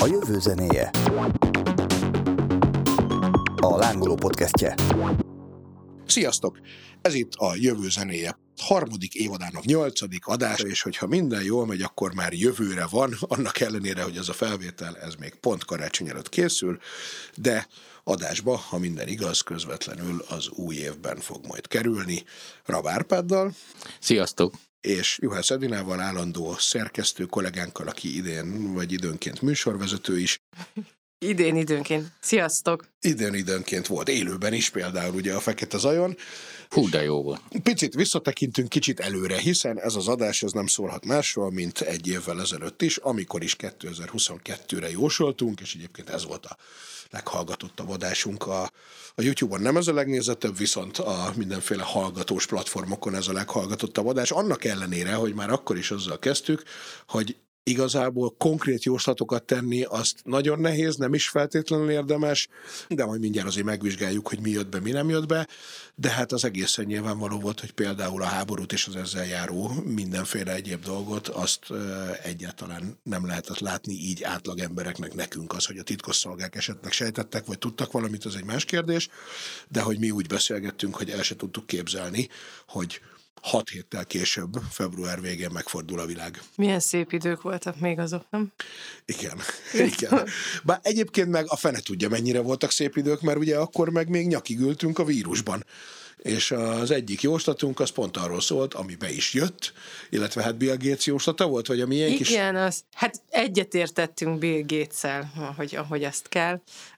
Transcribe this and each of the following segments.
A jövő zenéje. A Lángoló podcastje. Sziasztok! Ez itt a Jövő zenéje. Harmadik évadának 8. adása, és hogyha minden jól megy, akkor már jövőre van, annak ellenére, hogy ez a felvétel, ez még pont karácsony előtt készül, de adásba, ha minden igaz, közvetlenül az új évben fog majd kerülni. Rab Árpáddal. Sziasztok! És Juhász Edinával, állandó szerkesztő kollégánkkal, aki idén vagy időnként műsorvezető is. Időnként. Sziasztok! Időnként volt élőben is, például ugye a Fekete Zajon. Hú, de jó volt. Picit visszatekintünk kicsit előre, hiszen ez az adás ez nem szólhat másról, mint egy évvel ezelőtt is, amikor is 2022-re jósoltunk, és egyébként ez volt a leghallgatottabb adásunk a YouTube-on. Nem ez a legnézettebb, viszont a mindenféle hallgatós platformokon ez a leghallgatottabb adás. Annak ellenére, hogy már akkor is azzal kezdtük, hogy igazából konkrét jóslatokat tenni, azt nagyon nehéz, nem is feltétlenül érdemes, de majd mindjárt azért megvizsgáljuk, hogy mi jött be, mi nem jött be, de hát az egészen nyilvánvaló volt, hogy például a háborút és az ezzel járó mindenféle egyéb dolgot, azt egyáltalán nem lehetett látni így átlag embereknek, nekünk az, hogy a titkosszolgák esetleg sejtettek, vagy tudtak valamit, az egy más kérdés, de hogy mi úgy beszélgettünk, hogy el se tudtuk képzelni, hogy 6 héttel később, február végén megfordul a világ. Milyen szép idők voltak még azok, nem? Igen. Bár egyébként meg a fene tudja, mennyire voltak szép idők, mert ugye akkor meg még nyakig ültünk a vírusban. És az egyik jóslatunk az pont arról szólt, ami be is jött, illetve hát Bill Gates jóslata volt, vagy ami ilyen kis... Igen, hát egyetértettünk Bill Gates-szel, ahogy azt kell.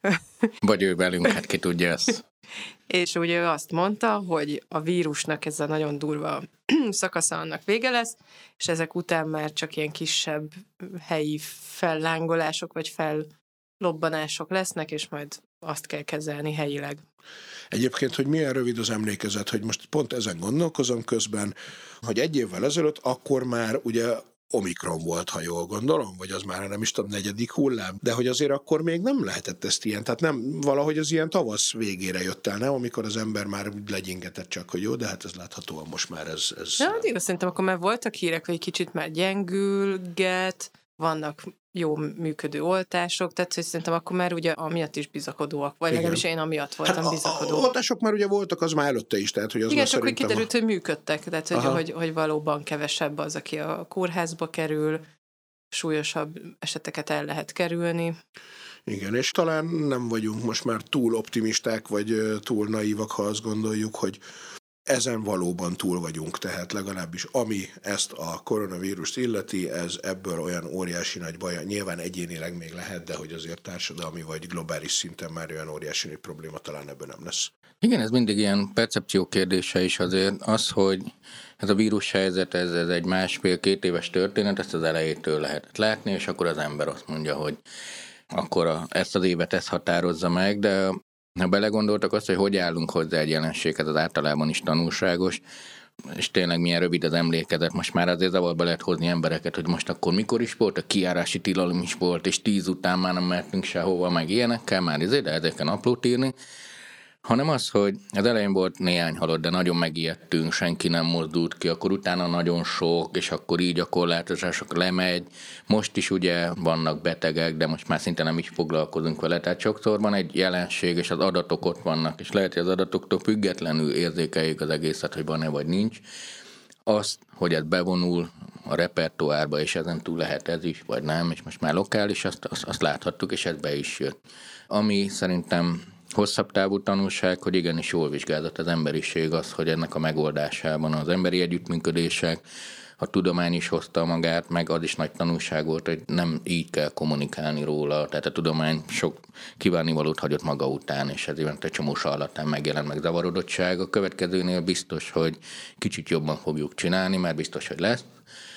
Vagy ő velünk, hát ki tudja ezt. És ugye ő azt mondta, hogy a vírusnak ez a nagyon durva szakasza annak vége lesz, és ezek után már csak ilyen kisebb helyi fellángolások, vagy fellobbanások lesznek, és majd azt kell kezelni helyileg. Egyébként, hogy milyen rövid az emlékezet, hogy most pont ezen gondolkozom közben, hogy egy évvel ezelőtt akkor már ugye Omikron volt, ha jól gondolom, vagy az már nem is tudom, 4. hullám, de hogy azért akkor még nem lehetett ezt ilyen, tehát nem, valahogy az ilyen tavasz végére jött el, nem? Amikor az ember már legyingetett csak, hogy jó, de hát ez láthatóan most már ez... Ja, addig azt szerintem akkor már voltak hírek, hogy kicsit már gyengülget, vannak jó működő oltások, tehát hogy szerintem akkor már ugye amiatt is bizakodóak, vagy legalábbis én amiatt voltam bizakodó. A oltások már ugye voltak, az már előtte is, tehát hogy az igen, csak hogy kiderült, hogy működtek, tehát hogy valóban kevesebb az, aki a kórházba kerül, súlyosabb eseteket el lehet kerülni. Igen, és talán nem vagyunk most már túl optimisták, vagy túl naívak, ha azt gondoljuk, hogy ezen valóban túl vagyunk, tehát legalábbis ami ezt a koronavírust illeti, ez ebből olyan óriási nagy baj, nyilván egyénileg még lehet, de hogy azért társadalmi vagy globális szinten már olyan óriási nagy probléma talán ebből nem lesz. Igen, ez mindig ilyen percepció kérdése is azért. Az, hogy ez a vírus helyzet, ez egy 1,5-2 éves történet, ezt az elejétől lehetett látni, és akkor az ember azt mondja, hogy akkor ezt az évet ezt határozza meg, de ha belegondoltak azt, hogy állunk hozzá egy jelenséghez, az általában is tanulságos, és tényleg milyen rövid az emlékezet, most már azért zavarba lehet hozni embereket, hogy most akkor mikor is volt, a kijárási tilalom is volt, és 10 után már nem mehetünk sehova, meg ilyenekkel, már de ezeken naplót írni, hanem az, hogy az elején volt néhány halott, de nagyon megijedtünk, senki nem mozdult ki, akkor utána nagyon sok, és akkor így a korlátozások lemegy. Most is ugye vannak betegek, de most már szinte nem is foglalkozunk vele, tehát sokszor van egy jelenség, és az adatok ott vannak, és lehet, hogy az adatoktól függetlenül érzékeljük az egészet, hogy van-e vagy nincs. Azt, hogy ez bevonul a repertoárba, és ezen túl lehet ez is, vagy nem, és most már lokális, azt láthattuk, és ez be is jött. Ami szerintem hosszabb távú tanulság, hogy igenis jól vizsgázott az emberiség az, hogy ennek a megoldásában az emberi együttműködések, a tudomány is hozta magát, meg az is nagy tanulság volt, hogy nem így kell kommunikálni róla, tehát a tudomány sok kívánnivalót hagyott maga után, és ezért egy csomó sarlatán megjelent meg zavarodottság. A következőnél biztos, hogy kicsit jobban fogjuk csinálni, mert biztos, hogy lesz,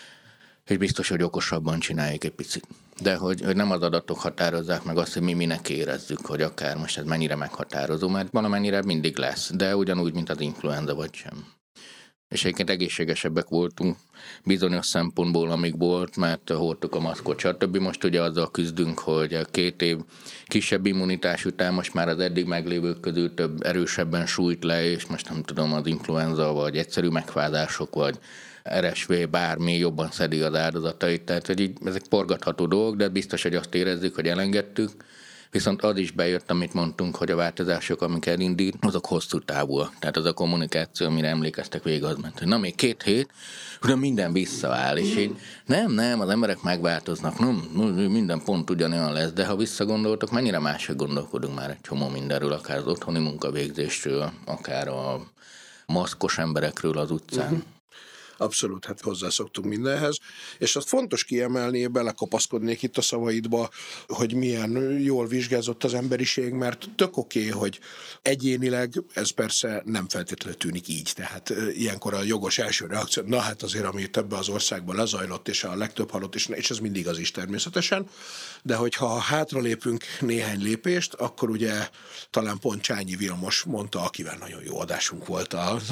és biztos, hogy okosabban csináljuk egy picit. De hogy nem az adatok határozzák meg azt, hogy mi minek érezzük, hogy akár most ez mennyire meghatározó, mert valamennyire mindig lesz, de ugyanúgy, mint az influenza vagy sem. És egyébként egészségesebbek voltunk bizonyos szempontból, amíg volt, mert hordtuk a maszkot, stb. Most ugye azzal küzdünk, hogy a 2 év kisebb immunitás után most már az eddig meglévők közül több erősebben sújt le, és most nem tudom, az influenza, vagy egyszerű megfázások, vagy RSV bármi jobban szedi az áldozatait, tehát hogy így ezek forgatható dolgok, de biztos, hogy azt érezzük, hogy elengedtük. Viszont az is bejött, amit mondtunk, hogy a változások, amik elindít, azok hosszú távúak. Tehát az a kommunikáció, amire emlékeztek végig, az ment, hogy na még 2 hét, hogy minden visszaáll, és így nem, az emberek megváltoznak, minden pont ugyanolyan lesz, de ha visszagondoltok, mennyire máshogy gondolkodunk már egy csomó mindenről, akár az otthoni munkavégzésről, akár a maszkos emberekről az utcán. Abszolút, hát hozzászoktunk mindenhez, és azt fontos kiemelni, belekapaszkodnék itt a szavaidba, hogy milyen jól vizsgázott az emberiség, mert tök oké, hogy egyénileg ez persze nem feltétlenül tűnik így, tehát ilyenkor a jogos első reakció, na hát azért, ami ebbe az országban lezajlott, és a legtöbb halott, és ez mindig az is természetesen, de hogyha hátralépünk néhány lépést, akkor ugye talán pont Csányi Vilmos mondta, akivel nagyon jó adásunk volt az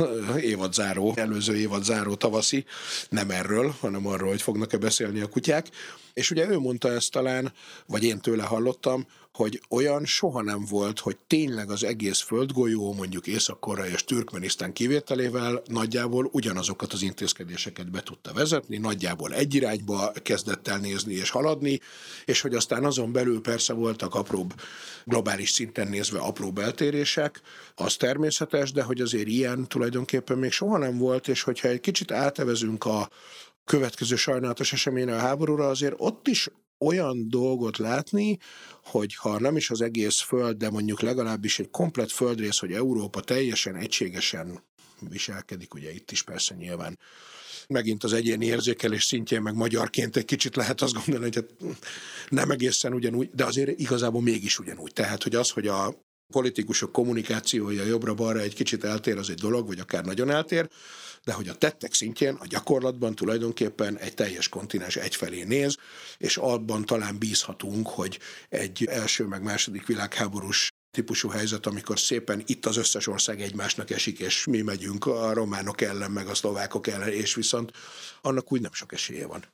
előző évadzáró tavaszi, nem erről, hanem arról, hogy fognak-e beszélni a kutyák. És ugye ő mondta ezt talán, vagy én tőle hallottam, hogy olyan soha nem volt, hogy tényleg az egész földgolyó, mondjuk Észak-Korea és Türkmenisztán kivételével nagyjából ugyanazokat az intézkedéseket be tudta vezetni, nagyjából egy irányba kezdett el nézni és haladni, és hogy aztán azon belül persze voltak apróbb, globális szinten nézve apróbb eltérések, az természetes, de hogy azért ilyen tulajdonképpen még soha nem volt, és hogyha egy kicsit átevezünk a következő sajnálatos eseményre, a háborúra, azért ott is olyan dolgot látni, hogy ha nem is az egész föld, de mondjuk legalábbis egy komplett földrész, hogy Európa teljesen egységesen viselkedik, ugye itt is persze nyilván megint az egyéni érzékelés szintjén, meg magyarként egy kicsit lehet azt gondolni, hogy hát nem egészen ugyanúgy, de azért igazából mégis ugyanúgy. Tehát, hogy az, hogy a politikusok kommunikációja jobbra-balra egy kicsit eltér, az egy dolog, vagy akár nagyon eltér, de hogy a tettek szintjén, a gyakorlatban tulajdonképpen egy teljes kontinens egyfelé néz, és abban talán bízhatunk, hogy egy első meg második világháborús típusú helyzet, amikor szépen itt az összes ország egymásnak esik, és mi megyünk a románok ellen, meg a szlovákok ellen, és viszont annak úgy nem sok esélye van.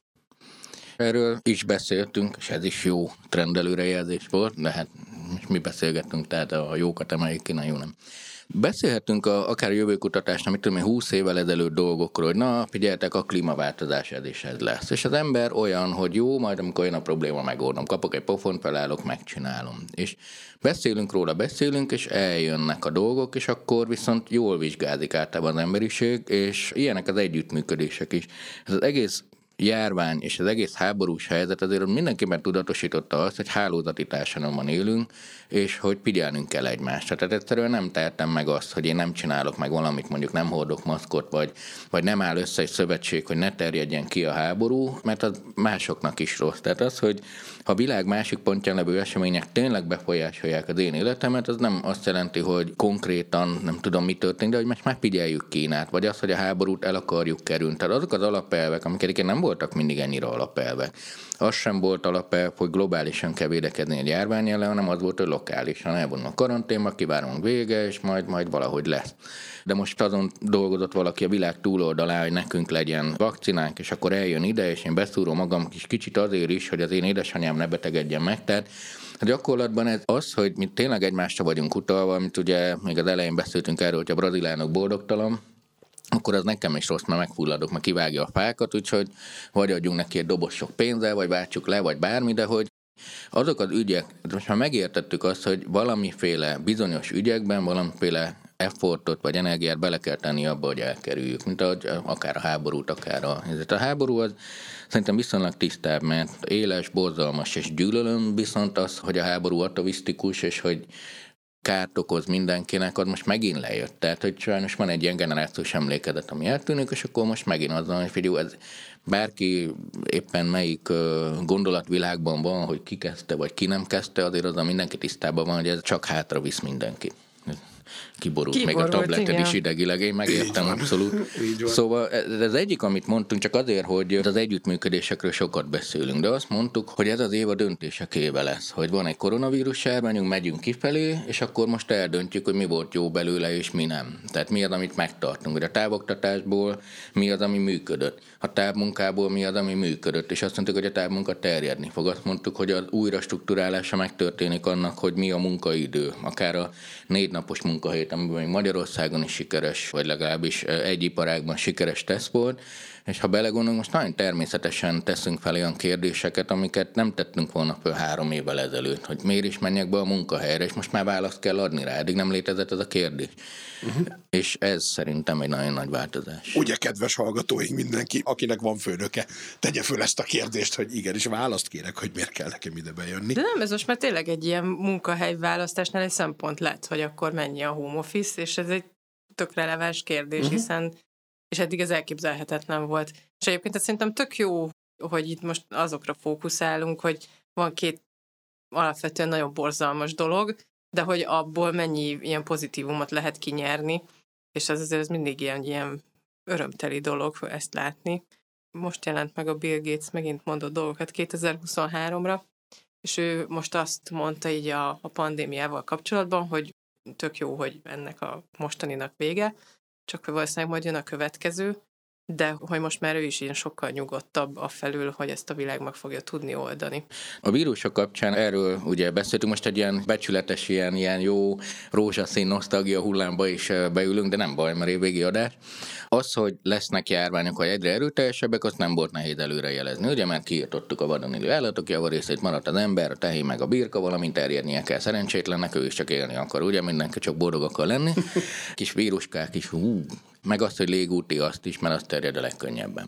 Erről is beszéltünk, és ez is jó trendelőrejelzés volt, de hát mi beszélgettünk, tehát a jókat emeljük ki, na jó nem. Beszélhetünk akár a jövőkutatásnak, mit tudom én, 20 évvel ezelőtt dolgokról, hogy na, figyeljetek, a klímaváltozás ez is ez lesz. És az ember olyan, hogy jó, majd amikor jön a probléma, megoldom, kapok egy pofont, felállok, megcsinálom. És beszélünk róla, és eljönnek a dolgok, és akkor viszont jól vizsgázik általában az emberiség, és ilyenek az együttműködések is. Ez az egész járvány és az egész háborús helyzet azért mindenképpen tudatosította azt, hogy hálózati társadalomban élünk, és hogy figyelnünk kell egymásra. Tehát egyszerűen nem tehetem meg azt, hogy én nem csinálok meg valamit, mondjuk nem hordok maszkot, vagy nem áll össze egy szövetség, hogy ne terjedjen ki a háború, mert az másoknak is rossz. Tehát az, hogy ha a világ másik pontján levő események tényleg befolyásolják az én életemet, az nem azt jelenti, hogy konkrétan nem tudom, mi történik, de hogy most megfigyeljük Kínát, vagy az, hogy a háborút el akarjuk kerülni. Tehát azok az alapelvek, amik egyébként nem voltak mindig ennyire alapelvek. Az sem volt alapelv, hogy globálisan kell védekezni egy járvány ellen, hanem az volt, hogy lokálisan elvonul a karanténba, kivárunk vége, és majd valahogy lesz. De most azon dolgozott valaki a világ túloldalán, hogy nekünk legyen vakcinánk, és akkor eljön ide, és én beszúrom magam kicsit azért is, hogy az én édesanyám ne betegedjen meg. Tehát a gyakorlatban ez az, hogy mi tényleg egymásra vagyunk utalva, amit ugye még az elején beszéltünk erről, hogy a brazil elnök boldogtalan, akkor az nekem is rossz, mert megfulladok, mert kivágja a fákat, úgyhogy vagy adjunk neki egy doboz sok pénzzel, vagy váltsuk le, vagy bármi, de hogy azok az ügyek, most már megértettük azt, hogy valamiféle bizonyos ügyekben valamiféle effortot vagy energiát bele kell tenni abba, hogy elkerüljük, mint ahogy akár a háborút, akár a háború az szerintem viszonylag tisztább, mert éles, borzalmas és gyűlölöm, viszont az, hogy a háború atavisztikus, és hogy kárt okoz mindenkinek, az most megint lejött. Tehát, hogy sajnos van egy ilyen generációs emlékezet, ami eltűnik, és akkor most megint az van, hogy figyelj, ez bárki éppen melyik gondolatvilágban van, hogy ki kezdte, vagy ki nem kezdte, azért az a mindenki tisztában van, hogy ez csak hátra visz mindenki. Kiborult még a tableted is idegileg, én megértem abszolút. Szóval ez egyik, amit mondtunk, csak azért, hogy az együttműködésekről sokat beszélünk, de azt mondtuk, hogy ez az év a döntések éve lesz, hogy van egy koronavírus járványunk, megyünk kifelé, és akkor most eldöntjük, hogy mi volt jó belőle, és mi nem. Tehát mi az, amit megtartunk, hogy a távoktatásból mi az, ami működött, a távmunkából mi az, ami működött, és azt mondtuk, hogy a távmunka terjedni fog. Azt mondtuk, hogy az újrastruktúrálása megtörténik annak, hogy mi a munkaidő, akár a 4 napos munkahét, amiben Magyarországon is sikeres, vagy legalábbis egy iparágban sikeres teszt volt, És ha belegondolunk, most nagyon természetesen teszünk fel olyan kérdéseket, amiket nem tettünk volna föl 3 évvel ezelőtt, hogy miért is menjek be a munkahelyre, és most már választ kell adni rá, eddig nem létezett ez a kérdés. És ez szerintem egy nagyon nagy változás. Ugye, kedves hallgatóink, mindenki, akinek van főnöke, tegye föl ezt a kérdést, hogy igenis választ kérek, hogy miért kell nekem ide bejönni. De nem, ez most már tényleg egy ilyen munkahelyválasztásnál egy szempont lett, hogy akkor mennyi a home office, és ez egy tök releváns kérdés, hiszen és eddig ez elképzelhetetlen volt. És egyébként ez szerintem tök jó, hogy itt most azokra fókuszálunk, hogy van 2 alapvetően nagyon borzalmas dolog, de hogy abból mennyi ilyen pozitívumot lehet kinyerni, és az azért mindig ilyen örömteli dolog ezt látni. Most jelent meg a Bill Gates, megint mondott dolgokat 2023-ra, és ő most azt mondta így a pandémiával kapcsolatban, hogy tök jó, hogy ennek a mostaninak vége, csak valószínűleg majd jön a következő, de hogy most már ő is ilyen sokkal nyugodtabb afelől, hogy ezt a világ meg fogja tudni oldani. A vírusok kapcsán erről ugye beszéltünk, most egy ilyen becsületes, ilyen jó rózsaszín nosztalgia hullámba is beülünk, de nem baj, mert végi adás. Az, hogy lesznek járványok, vagy egyre erőteljesebbek, azt nem volt nehéz előrejelezni. Ugye már kiirtottuk a vadon élő állatok javarészét, maradt az ember, a tehén meg a birka, valamint terjednie kell szerencsétlennek, ő is csak élni akar, ugye mindenki csak boldog akar lenni. Kis víruskák is, meg azt, hogy légúti, azt is, mert azt terjed a legkönnyebben.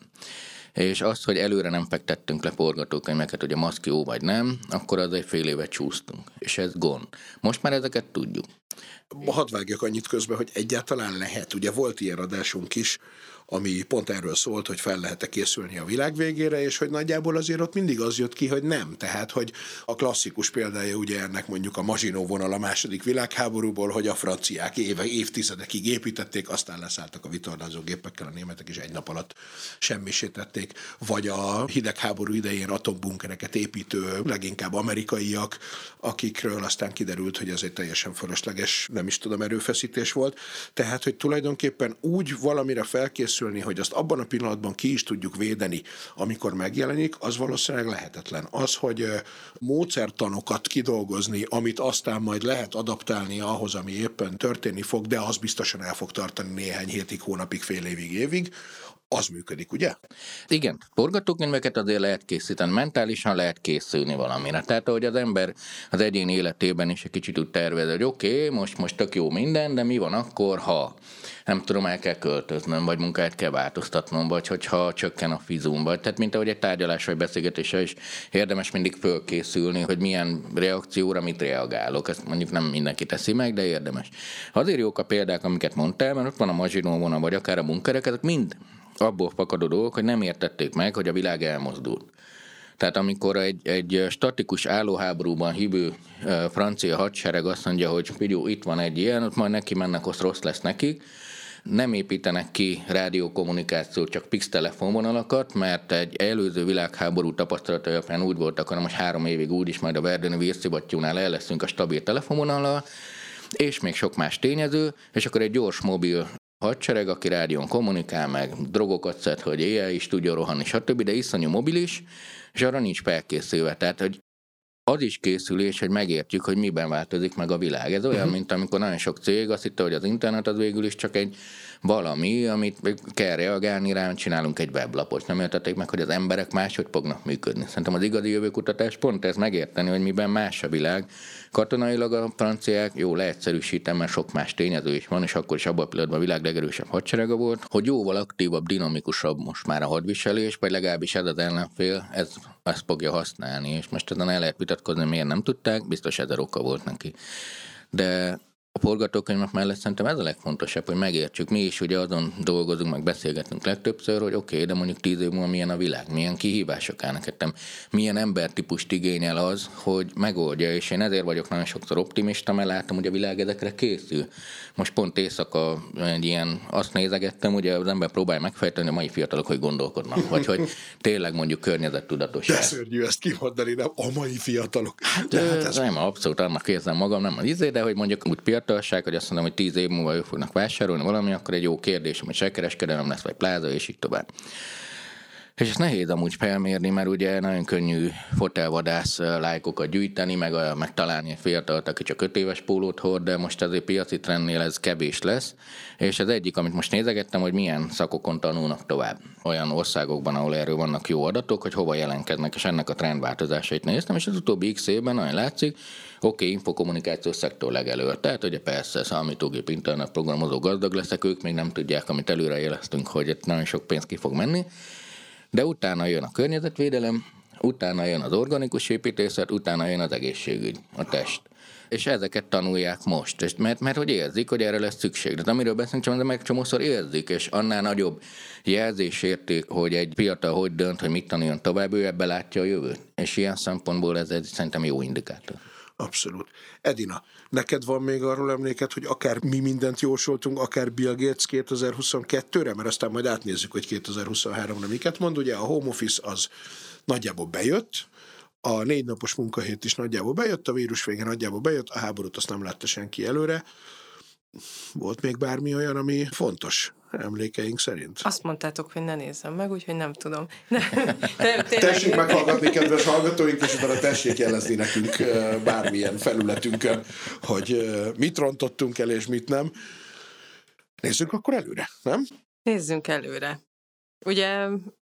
És az, hogy előre nem fektettünk le forgatókönyveket, hogy a maszk jó vagy nem, akkor az egy fél évet csúsztunk. És ez gond. Most már ezeket tudjuk. Hadd vágjak annyit közben, hogy egyáltalán lehet. Ugye volt ilyen adásunk is, ami pont erről szólt, hogy fel lehet-e készülni a világ végére, és hogy nagyjából azért ott mindig az jött ki, hogy nem. Tehát, hogy a klasszikus példája ugye ennek mondjuk a Maginot vonal a második világháborúból, hogy a franciák évtizedekig építették, aztán leszálltak a vitorlázógépekkel, a németek is egy nap alatt semmisítették, vagy a hidegháború idején atombunkereket építő, leginkább amerikaiak, akikről aztán kiderült, hogy ez egy teljesen fölösleges, nem is tudom, erőfeszítés volt. Tehát, hogy tulajdonképpen úgy valamire felkészülni, hogy azt abban a pillanatban ki is tudjuk védeni, amikor megjelenik, az valószínűleg lehetetlen. Az, hogy módszertanokat kidolgozni, amit aztán majd lehet adaptálni ahhoz, ami éppen történni fog, de az biztosan el fog tartani néhány hétig, hónapig, fél évig, évig, az működik, ugye? Igen, forgatókönyveket azért lehet készíteni, mentálisan lehet készülni valamire. Tehát, ahogy az ember az egyén életében is egy kicsit tud tervezni, hogy oké, most tök jó minden, de mi van akkor, ha nem tudom, el kell költöznöm, vagy munkát kell változtatnom, vagy hogyha csökken a fizum, vagy tehát mint ahogy egy tárgyalás vagy beszélgetésre is érdemes mindig fölkészülni, hogy milyen reakcióra mit reagálok. Ezt mondjuk nem mindenki teszi meg, de érdemes. Azért jók a példák, amiket mondtál, mert ott van a Maginot vonal, vagy akár a bunkerek, ezek mind abból fakadó dolgok, hogy nem értették meg, hogy a világ elmozdult. Tehát amikor egy statikus állóháborúban hívő francia hadsereg azt mondja, hogy figyelj, itt van egy ilyen, ott majd neki mennek, az rossz lesz nekik, nem építenek ki rádiókommunikációt, csak fix telefonvonalakat, mert egy előző világháború tapasztalata alapján úgy voltak, hanem most 3 évig úgyis majd a verdőni vízszivattyúnál el leszünk a stabil telefonvonallal, és még sok más tényező, és akkor egy gyors mobil hadsereg, aki rádión kommunikál, meg drogokat szed, hogy éjjel is tudja rohanni, stb., de iszonyú mobilis, és arra nincs felkészülve. Tehát, hogy az is készülés, hogy megértjük, hogy miben változik meg a világ. Ez olyan, mint amikor nagyon sok cég azt hitte, hogy az internet az végül is csak egy valami, amit kell reagálni rá, csinálunk egy weblapot. Nem értették meg, hogy az emberek máshogy fognak működni. Szerintem az igazi jövőkutatás pont ez megérteni, hogy miben más a világ. Katonailag a franciák, jó, leegyszerűsítem, mert sok más tényező is van, és akkor is abban a pillanatban a világ legerősebb hadserege volt, hogy jóval aktívabb, dinamikusabb most már a hadviselés, vagy legalábbis ez az ellenfél, ezt fogja használni, és most ezen el lehet vitatkozni, miért nem tudták, biztos 1000 oka volt neki. De a forgatókönyvek mellett szerintem ez a legfontosabb, hogy megértsük. Mi is ugye azon dolgozunk, meg beszélgetünk legtöbbször, hogy oké, de mondjuk 10 év múlva milyen a világ, milyen kihívások állnak ettem, milyen embertípust igényel az, hogy megoldja, és én ezért vagyok nagyon sokszor optimista, mert látom, hogy a világ ezekre készül. Most pont éjszaka egy ilyen, azt nézegettem, ugye az ember próbálja megfejteni, hogy a mai fiatalok hogy gondolkodnak, vagy hogy tényleg mondjuk környezettudatosság. De szörnyű ezt kimondani, nem a mai fiatalok. Ez nem, abszolút annak érzem magam, nem az de hogy mondjuk úgy fiatalság, hogy azt mondom, hogy 10 év múlva ők fognak vásárolni valami, akkor egy jó kérdés, hogy se kereskedelem lesz, vagy pláza, és így tovább. És ezt nehéz amúgy felmérni, mert ugye nagyon könnyű fotelvadász lájkokat gyűjteni, meg találni egy fiatalt, aki csak 5 éves pólót hord, de most azért piaci trendnél ez kevés lesz. És az egyik, amit most nézegettem, hogy milyen szakokon tanulnak tovább. Olyan országokban, ahol erről vannak jó adatok, hogy hova jelentkeznek, és ennek a trendváltozásait néztem, és az utóbbi x évben nagyon látszik, infokommunikációs szektor legelőtt. Tehát ugye persze számítógép, internet programozó gazdag leszek, ők még nem tudják, amit előre jeleztünk, hogy itt nagyon sok pénz ki fog menni. De utána jön a környezetvédelem, utána jön az organikus építészet, utána jön az egészségügy, a test. És ezeket tanulják most, és mert hogy érzik, hogy erre lesz szükség. De amiről beszélünk, csak meg csomószor érzik, és annál nagyobb jelzés érték, hogy egy fiatal hogy dönt, hogy mit tanuljon tovább, ő ebbe látja a jövőt. És ilyen szempontból ez szerintem jó indikátor. Abszolút. Edina, neked van még arról emléked, hogy akár mi mindent jósoltunk, akár Bill Gates 2022-re, mert aztán majd átnézzük, hogy 2023-ra miket mond. Ugye a home office az nagyjából bejött, a 4 napos munkahét is nagyjából bejött, a vírus vége nagyjából bejött, a háborút azt nem látta senki előre. Volt még bármi olyan, ami fontos emlékeink szerint? Azt mondtátok, hogy ne nézzem meg, úgyhogy nem tudom. Tessék meghallgatni, kedves hallgatóink, és utána tessék jelezni nekünk bármilyen felületünkön, hogy mit rontottunk el, és mit nem. Nézzünk akkor előre, nem? Nézzünk előre. Ugye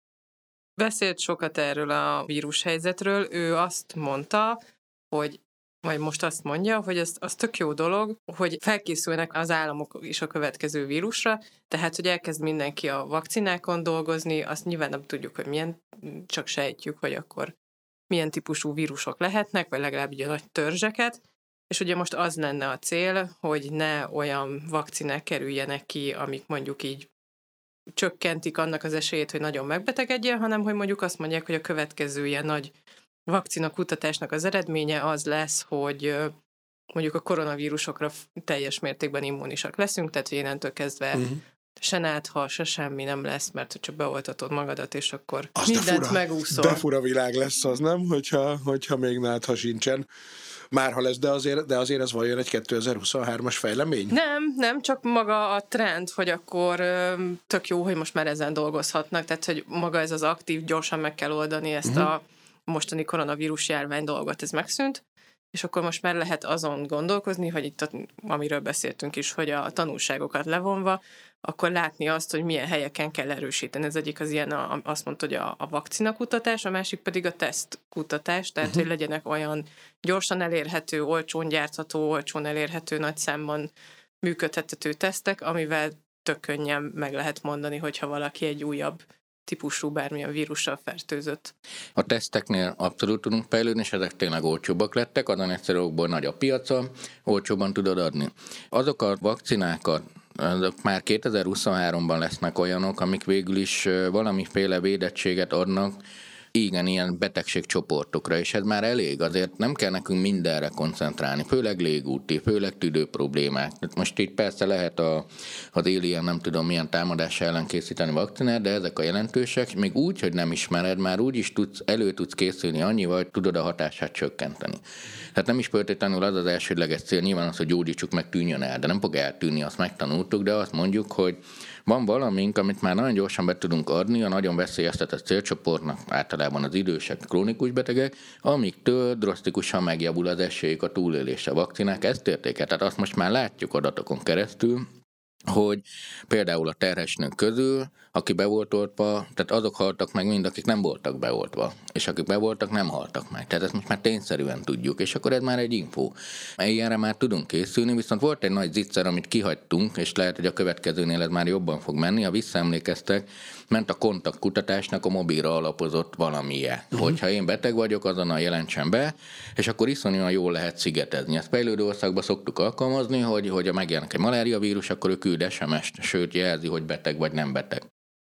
beszélt sokat erről a vírushelyzetről, ő azt mondta, hogy vagy most azt mondja, hogy az tök jó dolog, hogy felkészülnek az államok is a következő vírusra, tehát, hogy elkezd mindenki a vakcinákon dolgozni, azt nyilván nem tudjuk, hogy milyen, csak sejtjük, hogy akkor milyen típusú vírusok lehetnek, vagy legalább ugye nagy törzseket, és ugye most az lenne a cél, hogy ne olyan vakcinák kerüljenek ki, amik mondjuk így csökkentik annak az esélyét, hogy nagyon megbetegedjen, hanem hogy mondjuk azt mondják, hogy a következő ilyen nagy vakcina kutatásnak az eredménye az lesz, hogy mondjuk a koronavírusokra teljes mértékben immunisak leszünk, tehát innentől kezdve se nátha, se semmi nem lesz, mert csak beoltatod magadat, és akkor az mindent megúszol. De fura világ lesz az, nem? Hogyha még nátha sincsen. Márha lesz, de azért ez vajon egy 2023-as fejlemény? Nem, csak maga a trend, hogy akkor tök jó, hogy most már ezen dolgozhatnak, tehát hogy maga ez az aktív, gyorsan meg kell oldani ezt a mostani koronavírus járvány dolgot, ez megszűnt, és akkor most már lehet azon gondolkozni, hogy itt, amiről beszéltünk is, hogy a tanulságokat levonva, akkor látni azt, hogy milyen helyeken kell erősíteni. Ez egyik az ilyen, azt mondta, hogy a vakcinakutatás, a másik pedig a tesztkutatás, tehát hogy legyenek olyan gyorsan elérhető, olcsón gyártható, olcsón elérhető, nagy számban működtethető tesztek, amivel tök könnyen meg lehet mondani, hogyha valaki egy újabb típusú bármilyen vírussal fertőzött. A teszteknél abszolút tudunk fejlődni, és ezek tényleg olcsóbbak lettek, azon egyszerűen nagy a piaca, olcsóban tudod adni. Azok a vakcinákat, azok már 2023-ban lesznek olyanok, amik végül is valamiféle védettséget adnak, igen, ilyen betegségcsoportokra, és ez már elég, azért nem kell nekünk mindenre koncentrálni, főleg légúti, főleg tüdő problémák. Most itt persze lehet az alien nem tudom milyen támadás ellen készíteni vakcinát, de ezek a jelentősek, még úgy, hogy nem ismered, már úgy is elő tudsz készülni annyival, hogy tudod a hatását csökkenteni. Tehát nem is feltétlenül az elsődleges cél, nyilván az, hogy gyógyítsuk meg, tűnjön el, de nem fog eltűnni, azt megtanultuk, de azt mondjuk, hogy van valamink, amit már nagyon gyorsan be tudunk adni a nagyon veszélyeztetett célcsoportnak, általában az idősek, krónikus betegek, amiktől drasztikusan megjavul az esélyük a túlélésre. A vakcinák ezt érték el, tehát azt most már látjuk adatokon keresztül, hogy például a terhes nők közül, aki be volt oltva, tehát azok haltak meg mind, akik nem voltak beoltva, és akik be voltak, nem haltak meg. Tehát ezt most már tényszerűen tudjuk, és akkor ez már egy info. Ilyenre már tudunk készülni, viszont volt egy nagy zicser, amit kihagytunk, és lehet, hogy a következőnél ez már jobban fog menni. Ha visszaemlékeztek, ment a kontaktkutatásnak a mobilra alapozott valamije. Hogyha én beteg vagyok, azonnal jelentsen be, és akkor iszonyúan jól lehet szigetezni. Ezt fejlődő országban szoktuk alkalmazni, hogy megjelenik egy maláriavírus, akkor ő küld SMS-t, sőt jelzi, hogy beteg vagy nem beteg.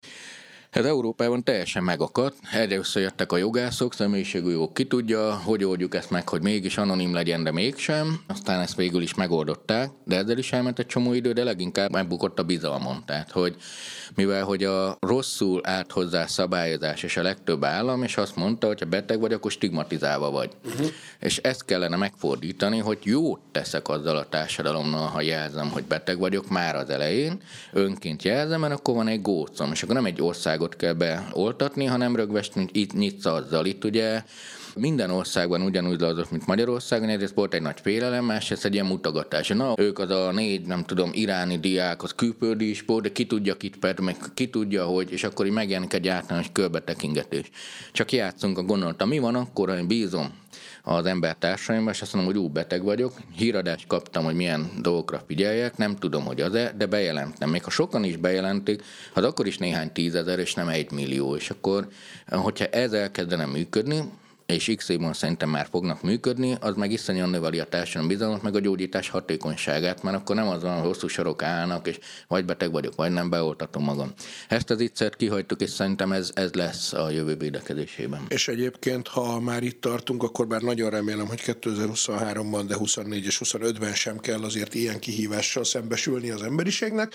Ez Európában teljesen megakadt, egyre összejöttek a jogászok, személyiségújogok, ki tudja, hogy oldjuk ezt meg, hogy mégis anonim legyen, de mégsem, aztán ezt végül is megoldották, de ezzel is elment egy csomó idő, de leginkább megbukott a bizalmon. Tehát, hogy mivel hogy a rosszul állt hozzá szabályozás és a legtöbb állam, és azt mondta, hogy ha beteg vagy, akkor stigmatizálva vagy. És ezt kellene megfordítani, hogy jót teszek azzal a társadalomnal, ha jelzem, hogy beteg vagyok már az elején, önként jelzem, mert akkor van egy gócom, és akkor nem egy ország országot kell beoltatni, hanem rögvest, mint itt nyitsz azzal. Itt ugye minden országban ugyanúgy zajlott, mint Magyarországon, egyrészt volt egy nagy félelem, másrészt egy ilyen mutogatás. Na, ők az a 4, nem tudom, iráni diák, az külföldi is volt, de ki tudja kit, meg ki tudja, hogy, és akkor így megjelenik egy általános körbetekingetés. Csak játszunk a gondolata, mi van akkor, hogy bízom az embertársaimban, és azt mondom, hogy beteg vagyok, híradást kaptam, hogy milyen dolgokra figyeljek, nem tudom, hogy az-e, de bejelentem. Még ha sokan is bejelentik, az akkor is néhány 10 000, és nem 1 millió. És akkor, hogyha ez elkezdene működni, és x évben szerintem már fognak működni, az meg iszonyúan növeli a társadalom bizalmat, meg a gyógyítás hatékonyságát, mert akkor nem az van, hogy hosszú sorok állnak, és vagy beteg vagyok, vagy nem, beoltatom magam. Ezt az ittszert kihagytuk, és szerintem ez lesz a jövő védekezésében. És egyébként, ha már itt tartunk, akkor bár nagyon remélem, hogy 2023-ban, de 24 és 25-ben sem kell azért ilyen kihívással szembesülni az emberiségnek,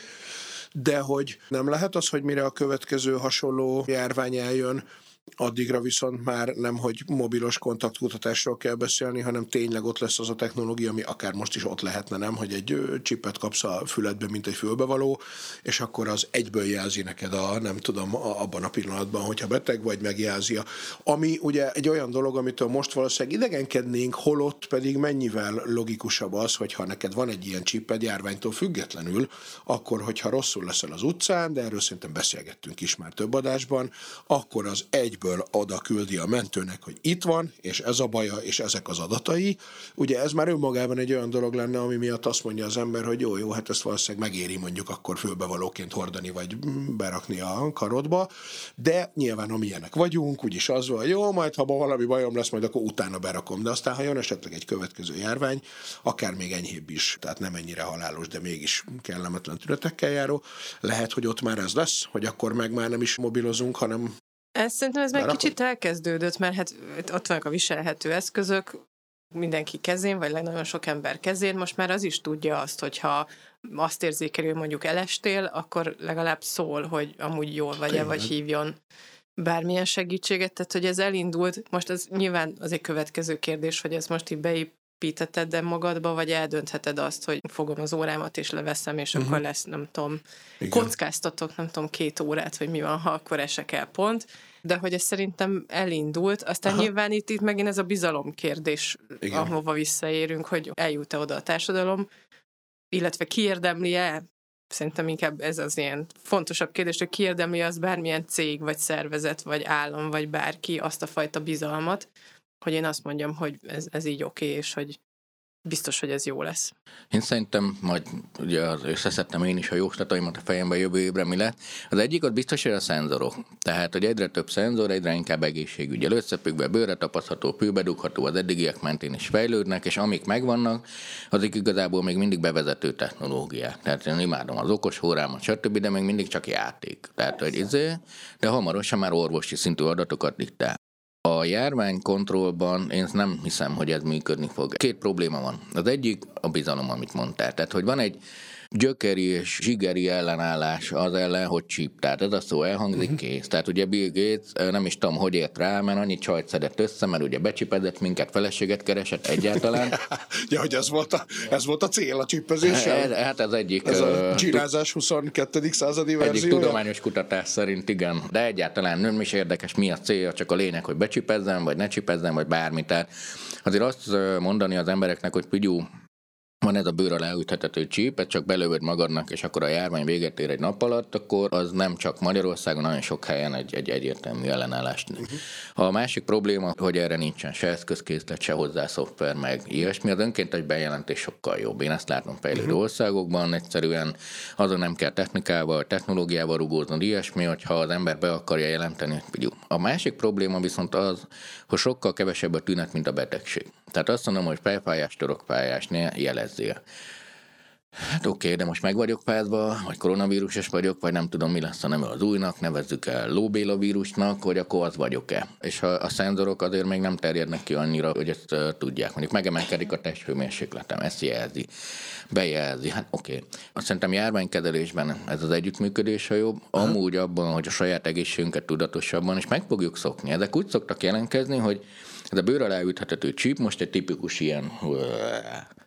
de hogy nem lehet az, hogy mire a következő hasonló járvány eljön, addigra viszont már nem, hogy mobilos kontaktkutatásról kell beszélni, hanem tényleg ott lesz az a technológia, ami akár most is ott lehetne, nem, hogy egy csipet kapsz a füledbe, mint egy fülbevaló, és akkor az egyből jelzi neked nem tudom, abban a pillanatban, hogyha beteg vagy, megjelzi. Ami ugye egy olyan dolog, amitől most valószínűleg idegenkednénk, holott pedig mennyivel logikusabb az, hogyha neked van egy ilyen csiped járványtól függetlenül, akkor, hogyha rosszul leszel az utcán, de erről szerintem beszélgettünk is már több adásban, akkor az egyből oda küldi a mentőnek, hogy itt van, és ez a baja, és ezek az adatai. Ugye ez már önmagában egy olyan dolog lenne, ami miatt azt mondja az ember, hogy jó, hát ezt valószínűleg megéri mondjuk akkor fülbevalóként hordani, vagy berakni a karodba, de nyilván amilyenek vagyunk, úgyis az van, jó, majd ha valami bajom lesz, majd akkor utána berakom, de aztán ha jön esetleg egy következő járvány, akár még enyhébb is, tehát nem ennyire halálos, de mégis kellemetlen tünetekkel járó, lehet, hogy ott már ez lesz, hogy akkor meg már nem is mobilozunk, hanem Szerintem ez már kicsit elkezdődött, mert hát ott vannak a viselhető eszközök, mindenki kezén, vagy nagyon sok ember kezén, most már az is tudja azt, hogyha azt érzékelő, mondjuk elestél, akkor legalább szól, hogy amúgy jól vagy-e, vagy hívjon bármilyen segítséget, tehát hogy ez elindult, most ez nyilván az egy következő kérdés, hogy ezt most így beépítetted magadba, vagy eldöntheted azt, hogy fogom az órámat és leveszem, és akkor lesz, nem tudom, kockáztatok, nem tudom, 2 órát, vagy mi van, ha akkor esek el pont, de hogy ez szerintem elindult, aztán nyilván itt megint ez a bizalom kérdés, ahova visszaérünk, hogy eljut-e oda a társadalom, illetve kiérdemli-e, szerintem inkább ez az ilyen fontosabb kérdés, hogy kiérdemli az bármilyen cég, vagy szervezet, vagy állam, vagy bárki azt a fajta bizalmat, hogy én azt mondjam, hogy ez így oké, és hogy biztos, hogy ez jó lesz. Én szerintem majd ugye összeszedtem én is a jóslataimat a fejemben jövő évre mi lett. Az egyik az biztos, hogy a szenzorok. Tehát, hogy egyre több szenzor, egyre inkább egészségügyel összefüggve, bőrre tapasztható, fülbedugható, az eddigiek mentén is fejlődnek, és amik megvannak, azok igazából még mindig bevezető technológiák. Tehát én imádom az okos órámat, stb., de még mindig csak játék. Tehát, hogy de hamarosan már orvosi szintű adatokat diktál. A járványkontrollban én nem hiszem, hogy ez működni fog. 2 probléma van. Az egyik a bizalom, amit mondtál. Tehát, hogy van egy gyökeri és zsigeri ellenállás az ellen, hogy chip. Tehát ez a szó elhangzik, kész. Tehát ugye Bill Gates nem is tudom, hogy ért rá, mert annyi csajt szedett össze, mert ugye becsipedett minket, feleséget keresett egyáltalán. Ja, hogy ez volt a cél a csippezéssel? Hát ez egyik... Ez a csirázás 22. századi verziója? Egyik tudományos kutatás szerint igen. De egyáltalán nem is érdekes, mi a célja, csak a lényeg, hogy becsipezzem, vagy ne csipezzem, vagy bármi. Tehát azért azt mondani az embereknek, hogy figyú, van ez a bőr alá üthetető csíp, csak belövöd magadnak, és akkor a járvány véget ér egy nap alatt, akkor az nem csak Magyarországon, nagyon sok helyen egy egyértelmű ellenállást. A másik probléma, hogy erre nincsen se eszközkészlet, se hozzá szoftver, meg ilyesmi. Az önkéntes bejelentés sokkal jobb. Én ezt látom fejlődő országokban, egyszerűen azon nem kell technikával, technológiával rugóznod ilyesmi, hogyha az ember be akarja jelenteni. A másik probléma viszont az, hogy sokkal kevesebb a tünet, mint a betegség. Tehát azt mondom, hogy fejfájás, torokfájás, ne jelezzél. Hát oké, de most meg vagyok fázva, vagy koronavírusos vagyok, vagy nem tudom, mi lesz a neve az újnak, nevezzük el lóbéla vírusnak, hogy akkor az vagyok-e. És a szenzorok azért még nem terjednek ki annyira, hogy ezt tudják. Mondjuk megemelkedik a testhőmérsékletem, ezt jelzi, bejelzi. Hát oké. Azt szerintem járványkezelésben ez az együttműködés a jobb, amúgy abban, hogy a saját egészségünket tudatosabban, és meg fogjuk szokni. Ezek úgy szoktak jelentkezni, hogy ez a bőr alá üthetető csíp most egy tipikus ilyen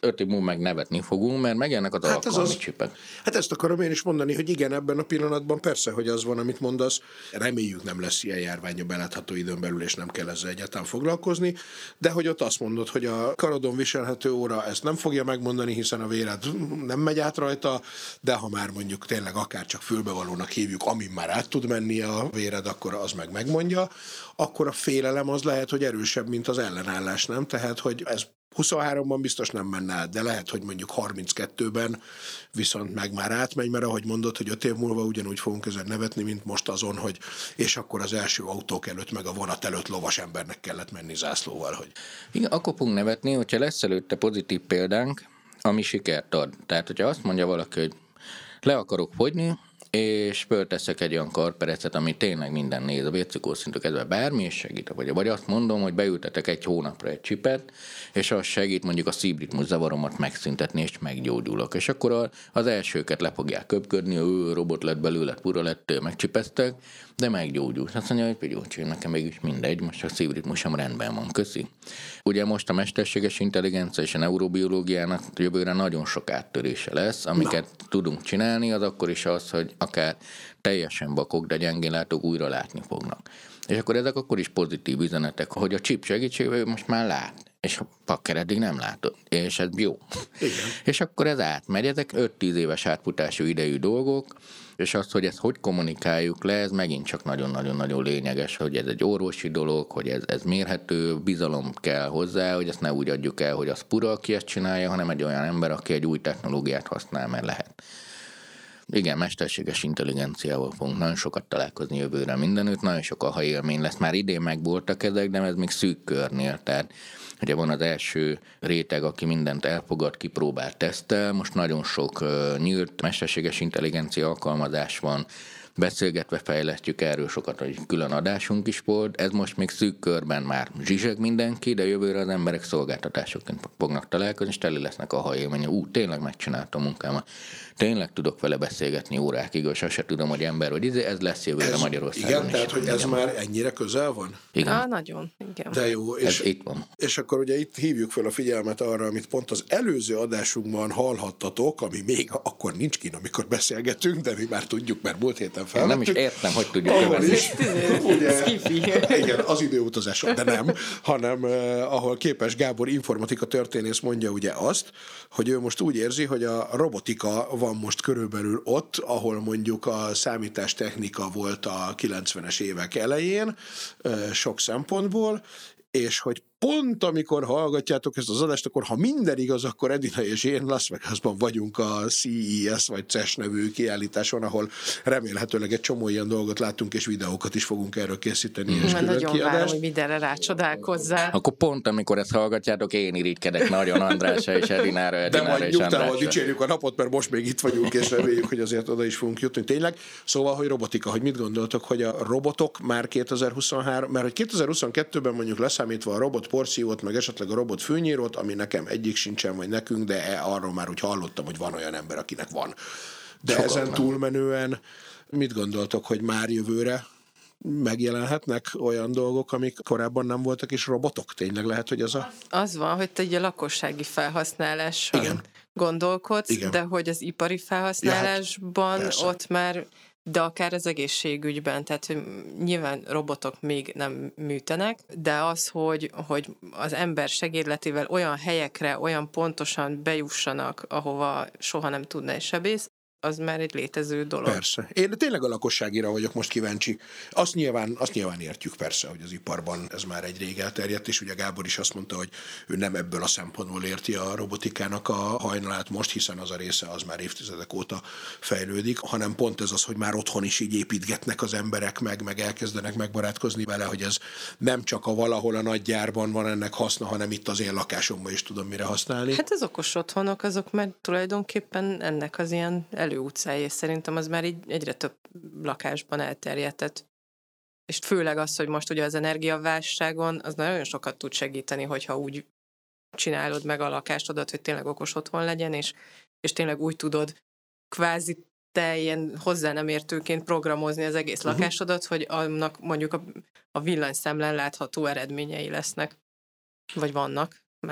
5 év múlva meg nevetni fogunk, mert megjelennek az alkalmi csipek. Hát ezt akarom én is mondani, hogy igen, ebben a pillanatban persze, hogy az van, amit mondasz, reméljük nem lesz ilyen járvány a belátható időn belül, és nem kell ezzel egyáltalán foglalkozni, de hogy ott azt mondod, hogy a karodon viselhető óra ezt nem fogja megmondani, hiszen a véred nem megy át rajta, de ha már mondjuk tényleg akár csak fülbevalónak hívjuk, amin már át tud menni a véred, akkor az meg megmondja, akkor a félelem az lehet, hogy erősebb, mint az ellenállás, nem? Tehát, hogy ez 23-ban biztos nem menne át, de lehet, hogy mondjuk 32-ben viszont meg már átmegy, mert ahogy mondod, hogy 5 év múlva ugyanúgy fogunk ezen nevetni, mint most azon, hogy és akkor az első autók előtt, meg a vonat előtt lovas embernek kellett menni zászlóval. Hogy... Igen, akkor fogunk nevetni, hogyha lesz előtte pozitív példánk, ami sikert ad. Tehát, hogyha azt mondja valaki, hogy le akarok fogyni, és fölteszek egy olyan karperecet, ami tényleg minden néz, a vércukorszintől kezdve bármi, és segít. Vagy azt mondom, hogy beültetek egy hónapra egy csipet, és az segít mondjuk a szívritmus zavaromat megszüntetni, és meggyógyulok. És akkor az elsőket le fogják köpködni, robot lett belőle, fura lett, megcsipeztek, de meggyógyul. Azt mondja, hogy Pigyócsi, nekem mégis mindegy, most a szívritmusom rendben van, köszi. Ugye most a mesterséges intelligencia és a neurobiológiának jövőre nagyon sok áttörése lesz, amiket tudunk csinálni, az akkor is az, hogy akár teljesen vakok, de gyengénlátók újra látni fognak. És akkor ezek akkor is pozitív üzenetek, hogy a chip segítségével most már lát, és a pakker eddig nem látott, és ez jó. Igen. És akkor ez átmegy, ezek 5-10 éves átfutású idejű dolgok, és az, hogy ezt hogy kommunikáljuk le, ez megint csak nagyon-nagyon-nagyon lényeges, hogy ez egy orvosi dolog, hogy ez mérhető, bizalom kell hozzá, hogy ezt ne úgy adjuk el, hogy az pura, aki ezt csinálja, hanem egy olyan ember, aki egy új technológiát használ, mert lehet. Igen, mesterséges intelligenciával fogunk nagyon sokat találkozni jövőre mindenütt, nagyon sok aha élmény lesz. Már idén megvoltak ezek, de ez még szűk körnél, tehát ugye van az első réteg, aki mindent elfogad, kipróbál, tesztel, most nagyon sok nyílt mesterséges intelligencia alkalmazás van, beszélgetve fejlesztjük erről sokat, hogy külön adásunk is volt, ez most még szűk körben már zsizseg mindenki, de jövőre az emberek szolgáltatásoként fognak találkozni, és teli lesznek a élménye. Tényleg megcsináltam a munkámat, tényleg tudok vele beszélgetni órákig, és azt se tudom, hogy ember, hogy ez lesz jövőre Magyarországon. Igen, is. tehát, hogy ez már ennyire közel van? Igen. Nagyon, igen. De jó, ez itt van. És akkor ugye itt hívjuk fel a figyelmet arra, amit pont az előző adásunkban hallhattatok, ami még akkor nincs kín, amikor beszélgetünk, de mi már tudjuk, mert múlt héten felvettük. Nem is értem, hogy tudjuk követni. Igen, az időutazások, de nem, hanem ahol Képes Gábor informatika történész mondja ugye azt, hogy ő most úgy érzi, hogy a robotika van most körülbelül ott, ahol mondjuk a számítástechnika volt a 90-es évek elején, sok szempontból, és hogy pont amikor hallgatjátok ezt az adást, akkor ha minden igaz, akkor Edina és én Las Vegasban vagyunk a CES vagy CES nevű kiállításon, ahol remélhetőleg egy csomó ilyen dolgot látunk, és videókat is fogunk erről készíteni. És nagyon várom, hogy mindenre rácsodálkozzál. Akkor pont amikor ezt hallgatjátok, én irigykedek nagyon Andrásra és Edinára és Andrásra. De majd nyugtával Andrásra. dicsérjük a napot, mert most még itt vagyunk, és reméljük, hogy azért oda is fogunk jutni. Tényleg, szóval, hogy robotika, hogy mit gondoltok, hogy a robotok már 2023, mert hogy 2022-ben mondjuk leszámítva a robot porszívót, meg esetleg a robot fűnyírót, ami nekem egyik sincsen, vagy nekünk, de arról már úgy hallottam, hogy van olyan ember, akinek van. De sokat ezen túlmenően mit gondoltok, hogy már jövőre megjelenhetnek olyan dolgok, amik korábban nem voltak, és robotok? Tényleg lehet, hogy az a... Az van, hogy te egy a lakossági felhasználáson gondolkodsz, Igen. de hogy az ipari felhasználásban ott már, de akár az egészségügyben, tehát hogy nyilván robotok még nem műtenek, de az, hogy az ember segédletével olyan helyekre, olyan pontosan bejussanak, ahova soha nem tudna egy sebész, az már egy létező dolog. Persze. Én tényleg a lakosságira vagyok most kíváncsi. Azt nyilván értjük persze, hogy az iparban ez már egy rég elterjedt, és ugye Gábor is azt mondta, hogy ő nem ebből a szempontból érti a robotikának a hajnalát most, hiszen az a része az már évtizedek óta fejlődik, hanem pont ez az, hogy már otthon is így építgetnek az emberek, meg elkezdenek megbarátkozni vele, hogy ez nem csak a valahol a nagy gyárban van ennek haszna, hanem itt az én lakásomban is tudom mire használni. Hát az okos otthonok, azok már tulajdonképpen ennek az ilyen előutcái, és szerintem az már így egyre több lakásban elterjedt. És főleg az, hogy most ugye az energiaválságon, az nagyon sokat tud segíteni, hogyha úgy csinálod meg a lakásodat, hogy tényleg okos otthon legyen, és tényleg úgy tudod kvázi te ilyen hozzá nem értőként programozni az egész lakásodat, hogy annak mondjuk a villanyszemlen látható eredményei lesznek. Vagy vannak már.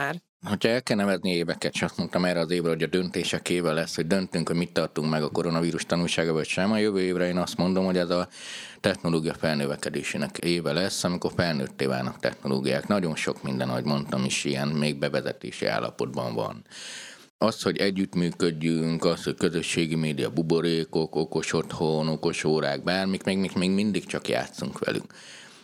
hogyha el kell nevezni éveket, és azt mondtam erre az évre, hogy a döntések éve lesz, hogy döntünk, hogy mit tartunk meg a koronavírus tanulsága, vagy sem. A jövő évre én azt mondom, hogy ez a technológia felnövekedésének éve lesz, amikor felnőtté válnak technológiák. Nagyon sok minden, ahogy mondtam is, ilyen még bevezetési állapotban van. Az, hogy együttműködjünk, az, hogy közösségi média buborékok, okos otthon, okos órák, bármik, még mindig csak játszunk velük.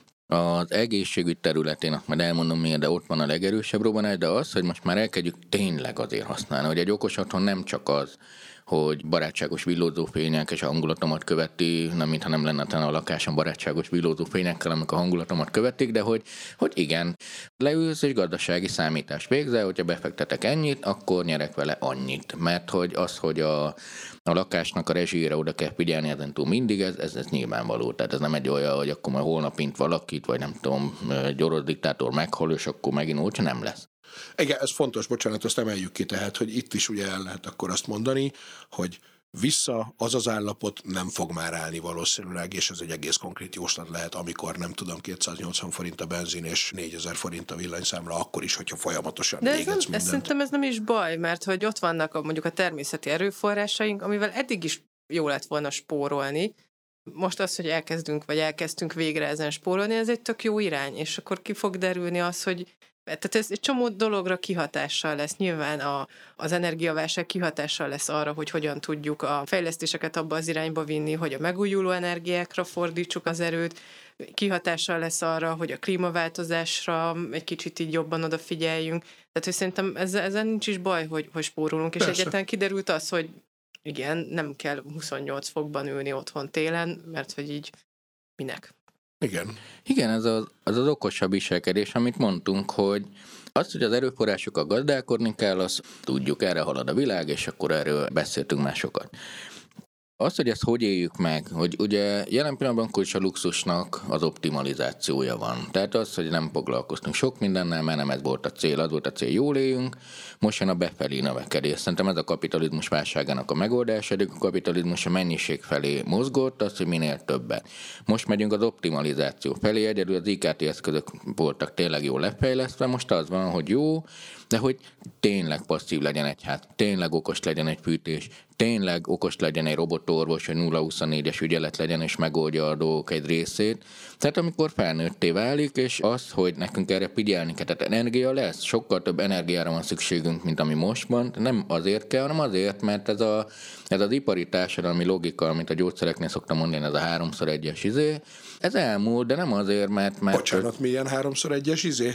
Az egészségügy területén, azt majd elmondom miért, de ott van a legerősebb robbanás, de az, hogy most már elkezdjük tényleg azért használni, hogy egy okos otthon nem csak az, hogy barátságos villózófények és a hangulatomat követi, nem mintha nem lenne talán a lakásom barátságos villózófényekkel, amik a hangulatomat követik, de hogy igen, leülsz és gazdasági számítás végzel, hogyha befektetek ennyit, akkor nyerek vele annyit. Mert hogy az, hogy a lakásnak a rezsijére oda kell figyelni ezentúl mindig, ez nyilvánvaló. Tehát ez nem egy olyan, hogy akkor majd holnap int valakit, vagy nem tudom, egy orosz diktátor meghal, és akkor megint úgy nem lesz. Igen, ez fontos, bocsánat, azt emeljük ki, tehát, hogy itt is ugye el lehet akkor azt mondani, hogy vissza az állapot nem fog már állni valószínűleg, és ez egy egész konkrét jóslat lehet, amikor nem tudom, 280 forint a benzin és 4000 forint a villanyszámla, akkor is, hogyha folyamatosan végetsz mindent. Szerintem ez nem is baj, mert hogy ott vannak mondjuk a természeti erőforrásaink, amivel eddig is jó lett volna spórolni. Most az, hogy elkezdtünk végre ezen spórolni, ez egy tök jó irány, és akkor ki fog derülni az, hogy tehát ez egy csomó dologra kihatással lesz. Nyilván az energiaválság kihatással lesz arra, hogy hogyan tudjuk a fejlesztéseket abba az irányba vinni, hogy a megújuló energiákra fordítsuk az erőt, kihatással lesz arra, hogy a klímaváltozásra egy kicsit így jobban odafigyeljünk. Tehát, hogy szerintem ezzel nincs is baj, hogy spórolunk, és egyáltalán kiderült az, hogy igen, nem kell 28 fokban ülni otthon télen, mert hogy így minek? Igen, ez az okosabb viselkedés, amit mondtunk, hogy az, hogy az erőforrásokkal gazdálkodni kell, azt tudjuk, erre halad a világ, és akkor erről beszéltünk már sokat. Az, hogy ezt hogy éljük meg, hogy ugye jelen pillanatban is a luxusnak az optimalizációja van. Tehát az, hogy nem foglalkoztunk sok mindennel, mert nem ez volt a cél, az volt a cél, jól éljünk, most jön a befelé növekedés. Szerintem ez a kapitalizmus válságának a megoldása, eddig a kapitalizmus a mennyiség felé mozgott, az, hogy minél többet. Most megyünk az optimalizáció felé, egyedül az IKT eszközök voltak tényleg jól lefejlesztve, most az van, hogy jó, de hogy tényleg passzív legyen egy ház, tényleg okos legyen egy fűtés, tényleg okos legyen egy robotorvos, hogy 0-24-es ügyelet legyen, és megoldja a dolgok egy részét. Tehát amikor felnőtté válik, és az, hogy nekünk erre figyelni kell, tehát energia lesz, sokkal több energiára van szükségünk, mint ami most van, nem azért kell, hanem azért, mert ez az ipari társadalmi logika, amit a gyógyszereknél szoktam mondani, ez a 3x1-es ez elmúlt, de nem azért, mert... Bocsánat, milyen 3x1-es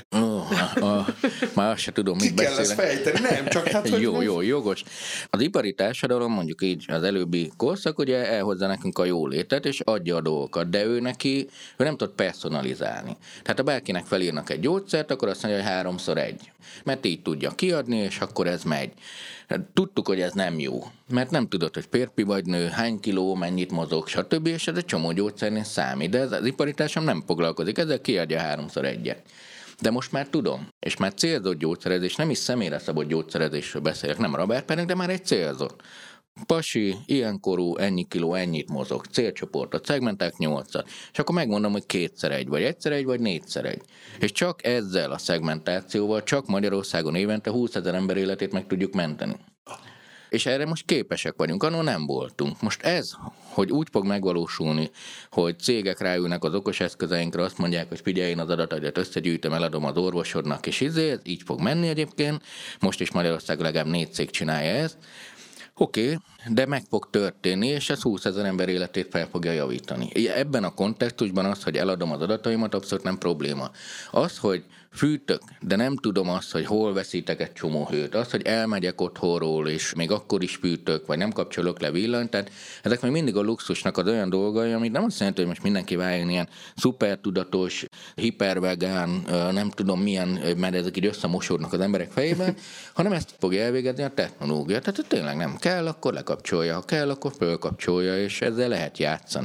Már azt se tudom, mit beszélek. Ki kell ezt fejteni? Nem, csak hát... Jó, jogos. Az ipari társadalom, mondjuk így az előbbi korszak, ugye elhozza nekünk a jólétet, és adja a dolgokat, de ő nem tud personalizálni. Tehát ha bárkinek felírnak egy gyógyszert, akkor azt mondja, hogy 3x1. Mert így tudja kiadni, és akkor ez megy. Tudtuk, hogy ez nem jó, mert nem tudod, hogy férfi vagy nő, hány kiló, mennyit mozog, stb. És ez egy csomó gyógyszernél számít, de ez az ipari társadalom nem foglalkozik, ezzel kiadja 3x1-et. De most már tudom, és már célzott gyógyszerezés, nem is személyre szabott gyógyszerezésről beszélek, nem raberpernek, de már egy célzott. Pasi, ilyenkorú, ennyi kiló, ennyit mozog, célcsoportot, szegmenták 8-at, és akkor megmondom, hogy 2x1, vagy 1x1, vagy 4x1. És csak ezzel a szegmentációval, csak Magyarországon évente 20 000 ember életét meg tudjuk menteni. És erre most képesek vagyunk, annól nem voltunk. Most ez, hogy úgy fog megvalósulni, hogy cégek ráülnek az okos eszközeinkre, azt mondják, hogy figyelj, én az adataidat összegyűjtöm, eladom az orvosodnak, és ez így fog menni egyébként. Most is Magyarországon legalább 4 cég csinálja ezt. Oké, de meg fog történni, és ez 20 000 ember életét fel fogja javítani. Ebben a kontextusban az, hogy eladom az adataimat, abszolút nem probléma. Az, hogy fűtök, de nem tudom azt, hogy hol veszítek egy csomó hőt. Az, hogy elmegyek otthonról, és még akkor is fűtök, vagy nem kapcsolok le villanyt, tehát ezek még mindig a luxusnak az olyan dolgai, amit nem azt jelenti, hogy most mindenki váljon ilyen szupertudatos, hipervegán, nem tudom milyen, mert ezek így összemosódnak az emberek fejében, hanem ezt fogja elvégezni a technológia. Tehát tényleg nem kell, akkor lekapcsolja, ha kell, akkor fölkapcsolja, és ezzel lehet játszani.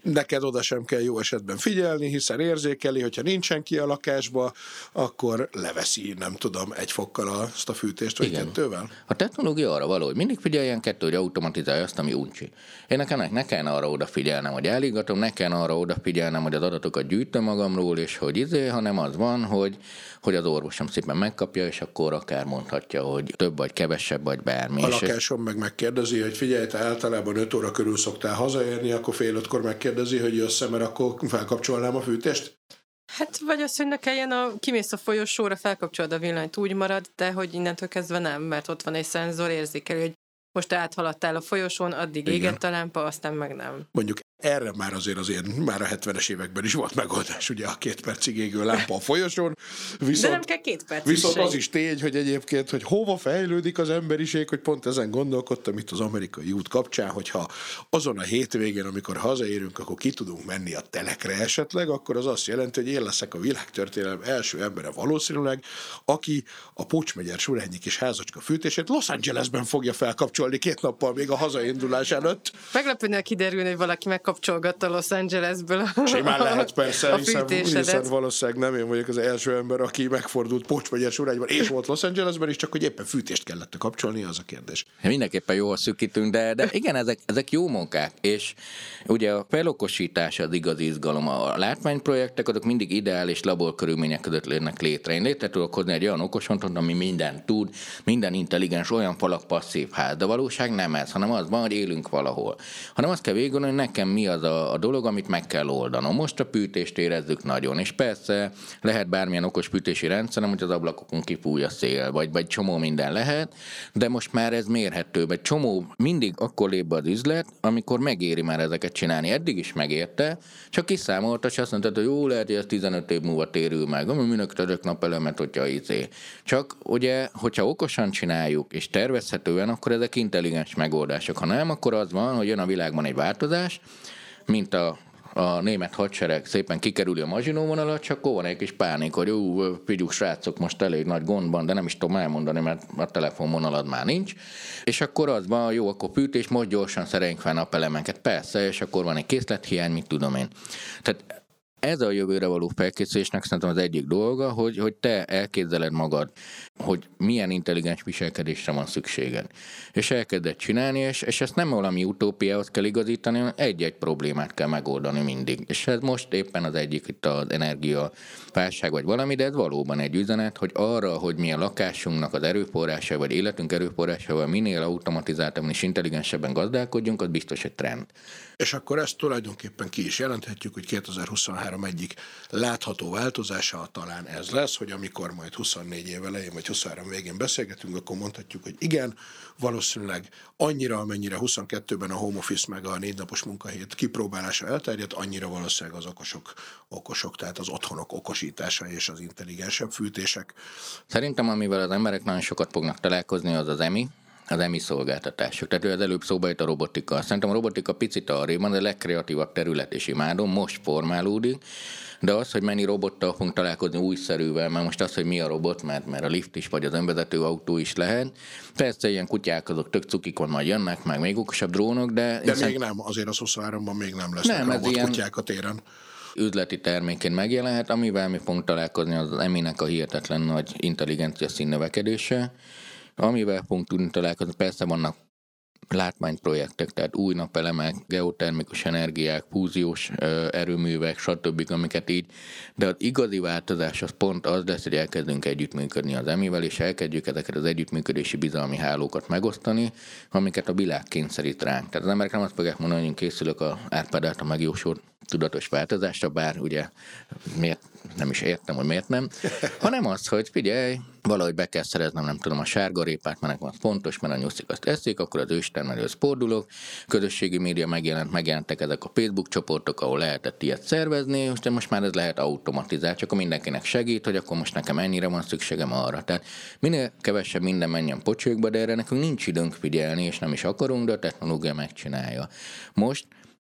Neked oda sem kell jó esetben figyelni, hiszen érzékeli, hogyha nincsen ki a lakásba, akkor leveszi, nem tudom, 1 fokkal azt a fűtést, vagy 2-vel. A technológia arra való, hogy mindig figyeljen 2, hogy automatizálja azt, ami uncsi. Én nekem ne kell arra odafigyelnem, hogy elígatom, ne kell arra odafigyelnem, hogy az adatokat gyűjtöm magamról, és hogy hanem az van, hogy az orvosom szépen megkapja, és akkor akár mondhatja, hogy több vagy kevesebb, vagy bármi. A lakásom megkérdezi, hogy figyelj, te általában 5 óra körül szoktál hazaérni, akkor fél 5-kor megkérdezi, hogy jössz-e, mert akkor felkapcsolnám a fűtést? Hát vagy az, hogy ne kelljen kimész a folyosóra, felkapcsolod a villanyt, úgy marad, de hogy innentől kezdve nem, mert ott van egy szenzor, érzékelő, hogy most áthaladtál a folyosón, addig égett a lámpa, aztán meg nem. Mondjuk erre már már a 70-es években is volt megoldás, ugye a 2 percig égő lámpa a folyosón. De nem kell 2 perc. Viszont az is tény, hogy egyébként, hogy hova fejlődik az emberiség, hogy pont ezen gondolkodtam itt az amerikai út kapcsán, hogyha azon a hétvégén, amikor hazaérünk, akkor ki tudunk menni a telekre esetleg, akkor az azt jelenti, hogy én leszek a világtörténelem első embere valószínűleg, aki a Pócsmegyer-Surányi kis házacska fűtését Los Angelesben fogja felkapcsolni 2 nappal még a hazaindulás előtt. Meglepődne, kiderülni, hogy valaki megkapcsolgatta Los Angelesből simán lehet, persze, a hiszen valószínűleg nem én vagyok az első ember, aki megfordult Pócsmegyer-Surányban, és volt Los Angelesben is, csak hogy éppen fűtést kellett kapcsolni, az a kérdés. Mindenképpen jól szükítünk, de igen, ezek jó munkák, és ugye a felokosítás az igazi izgalom. A látványprojektek azok mindig ideális laborkörülmények között lépnek létre. Én létre tudok hozni egy olyan okosontot, ami mindent tud, minden intelligens, olyan falak passzív ház, de a valóság nem ez, hanem az van, hogy élünk valahol. Hanem azt kell végigolni, hogy nekem mi az a dolog, amit meg kell oldanom. Most a fűtést érezzük nagyon, és persze lehet bármilyen okos fűtési rendszerem, hogy az ablakokon kifúj a szél, vagy csomó minden lehet, de most már ez mérhető, vagy csomó mindig akkor lép be az üzlet, amikor megéri már ezeket csinálni. Eddig is megérte, csak kiszámolta, és azt mondta, hogy jó, lehet, hogy ez 15 év múlva térül meg, ami minek török napelemet, hogyha Csak ugye, hogyha okosan csináljuk, és tervezhetően, akkor ezek intelligens megoldások. Ha nem, akkor az van, hogy jön a világban egy változás, mint a német hadsereg szépen kikerüli a Maginot vonalat, csak akkor van egy kis pánik, hogy figyelj, srácok, most elég nagy gondban, de nem is tudom elmondani, mert a telefonvonalad már nincs. És akkor az van, jó, akkor fűtés, most gyorsan szereljünk fel napelemeket. Persze, és akkor van egy készlethiány, mit tudom én. Tehát ez a jövőre való felkészülésnek szerintem az egyik dolga, hogy te elképzeled magad, hogy milyen intelligens viselkedésre van szükséged. És elkezded csinálni, és ezt nem valami utópiához kell igazítani, hanem egy-egy problémát kell megoldani mindig. És ez most éppen az egyik itt az energiaválság vagy valami, de ez valóban egy üzenet, hogy arra, hogy mi a lakásunknak az erőforrása, vagy életünk erőforrásával minél automatizáltabban és intelligensebben gazdálkodjunk, az biztos egy trend. És akkor ezt tulajdonképpen ki is jelenthetjük, hogy 2023 egyik látható változása talán ez lesz, hogy amikor majd 24 év elején vagy 23 végén beszélgetünk, akkor mondhatjuk, hogy igen, valószínűleg annyira, amennyire 22-ben a home office meg a 4 napos munkahét kipróbálása elterjedt, annyira valószínűleg az okosok, tehát az otthonok okosítása és az intelligensebb fűtések. Szerintem, amivel az emberek nagyon sokat fognak találkozni, az az EMI szolgáltatások. Tehát az előbb szóba jött a robotika. Szerintem a robotika picit arrébb van, de a legkreatívabb terület, és imádom, most formálódik, de az, hogy mennyi robottal fogunk találkozni újszerűvel, mert most az, hogy mi a robot, mert a lift is, vagy az önvezető autó is lehet. Persze ilyen kutyák, azok tök cukikon majd jönnek, meg még okosabb drónok, de még nem, azért az 23-ban még nem lesznek robotkutyák a téren. Üzleti termékén megjelenhet, amivel mi fogunk találkozni, az EMI-nek a hihetetlen nagy intelligencia színnövekedése, amivel fogunk tudni találkozni. Persze vannak látványprojektek, tehát új napelemek, geotermikus energiák, fúziós erőművek, stb., amiket így, de az igazi változás az pont az lesz, hogy elkezdünk együttműködni az EMI-vel, és elkezdjük ezeket az együttműködési bizalmi hálókat megosztani, amiket a világ kényszerít ránk. Tehát az emberek nem azt fogják mondani, hogy én készülök a Árpád által megjósolt tudatos változásra, bár ugye miért nem is értem, hogy miért nem, hanem az, hogy figyelj, valahogy be kell szereznem, nem tudom, a sárgarépát, mert nekem az fontos, mert a nyuszik azt eszik, akkor az őstermelőhöz fordulok, közösségi média megjelentek ezek a Facebook csoportok, ahol lehetett ilyet szervezni, de most már ez lehet automatizált, csak akkor mindenkinek segít, hogy akkor most nekem ennyire van szükségem arra. Tehát minél kevesebb minden menjen pocsékba, de erre nekünk nincs időnk figyelni, és nem is akarunk, de a technológia megcsinálja. Most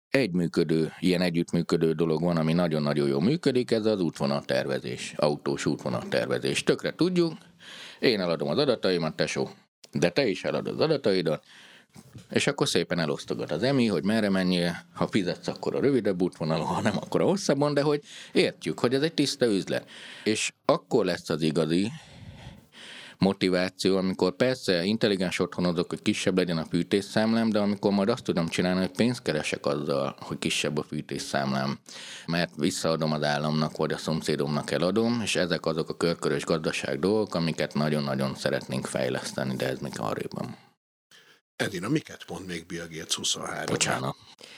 ilyen együttműködő dolog van, ami nagyon-nagyon jól működik, ez az útvonaltervezés, autós útvonaltervezés. Tökre tudjuk, én eladom az adataimat, tesó, de te is eladod az adataidat, És akkor szépen elosztogat az EMI, hogy merre menjél, ha fizetsz, akkor a rövidebb útvonalon, ha nem, akkor a hosszabban, de hogy értjük, hogy ez egy tiszta üzlet. És akkor lesz az igazi motiváció, amikor persze intelligens otthonozok, hogy kisebb legyen a fűtésszámlám, de amikor majd azt tudom csinálni, hogy pénzt keresek azzal, hogy kisebb a fűtésszámlám, mert visszaadom az államnak, vagy a szomszédomnak eladom, és ezek azok a körkörös gazdaság dolgok, amiket nagyon-nagyon szeretnénk fejleszteni, de ez még arrébb van. Edina, miket mond még Bill Gates 23? Bocsánat.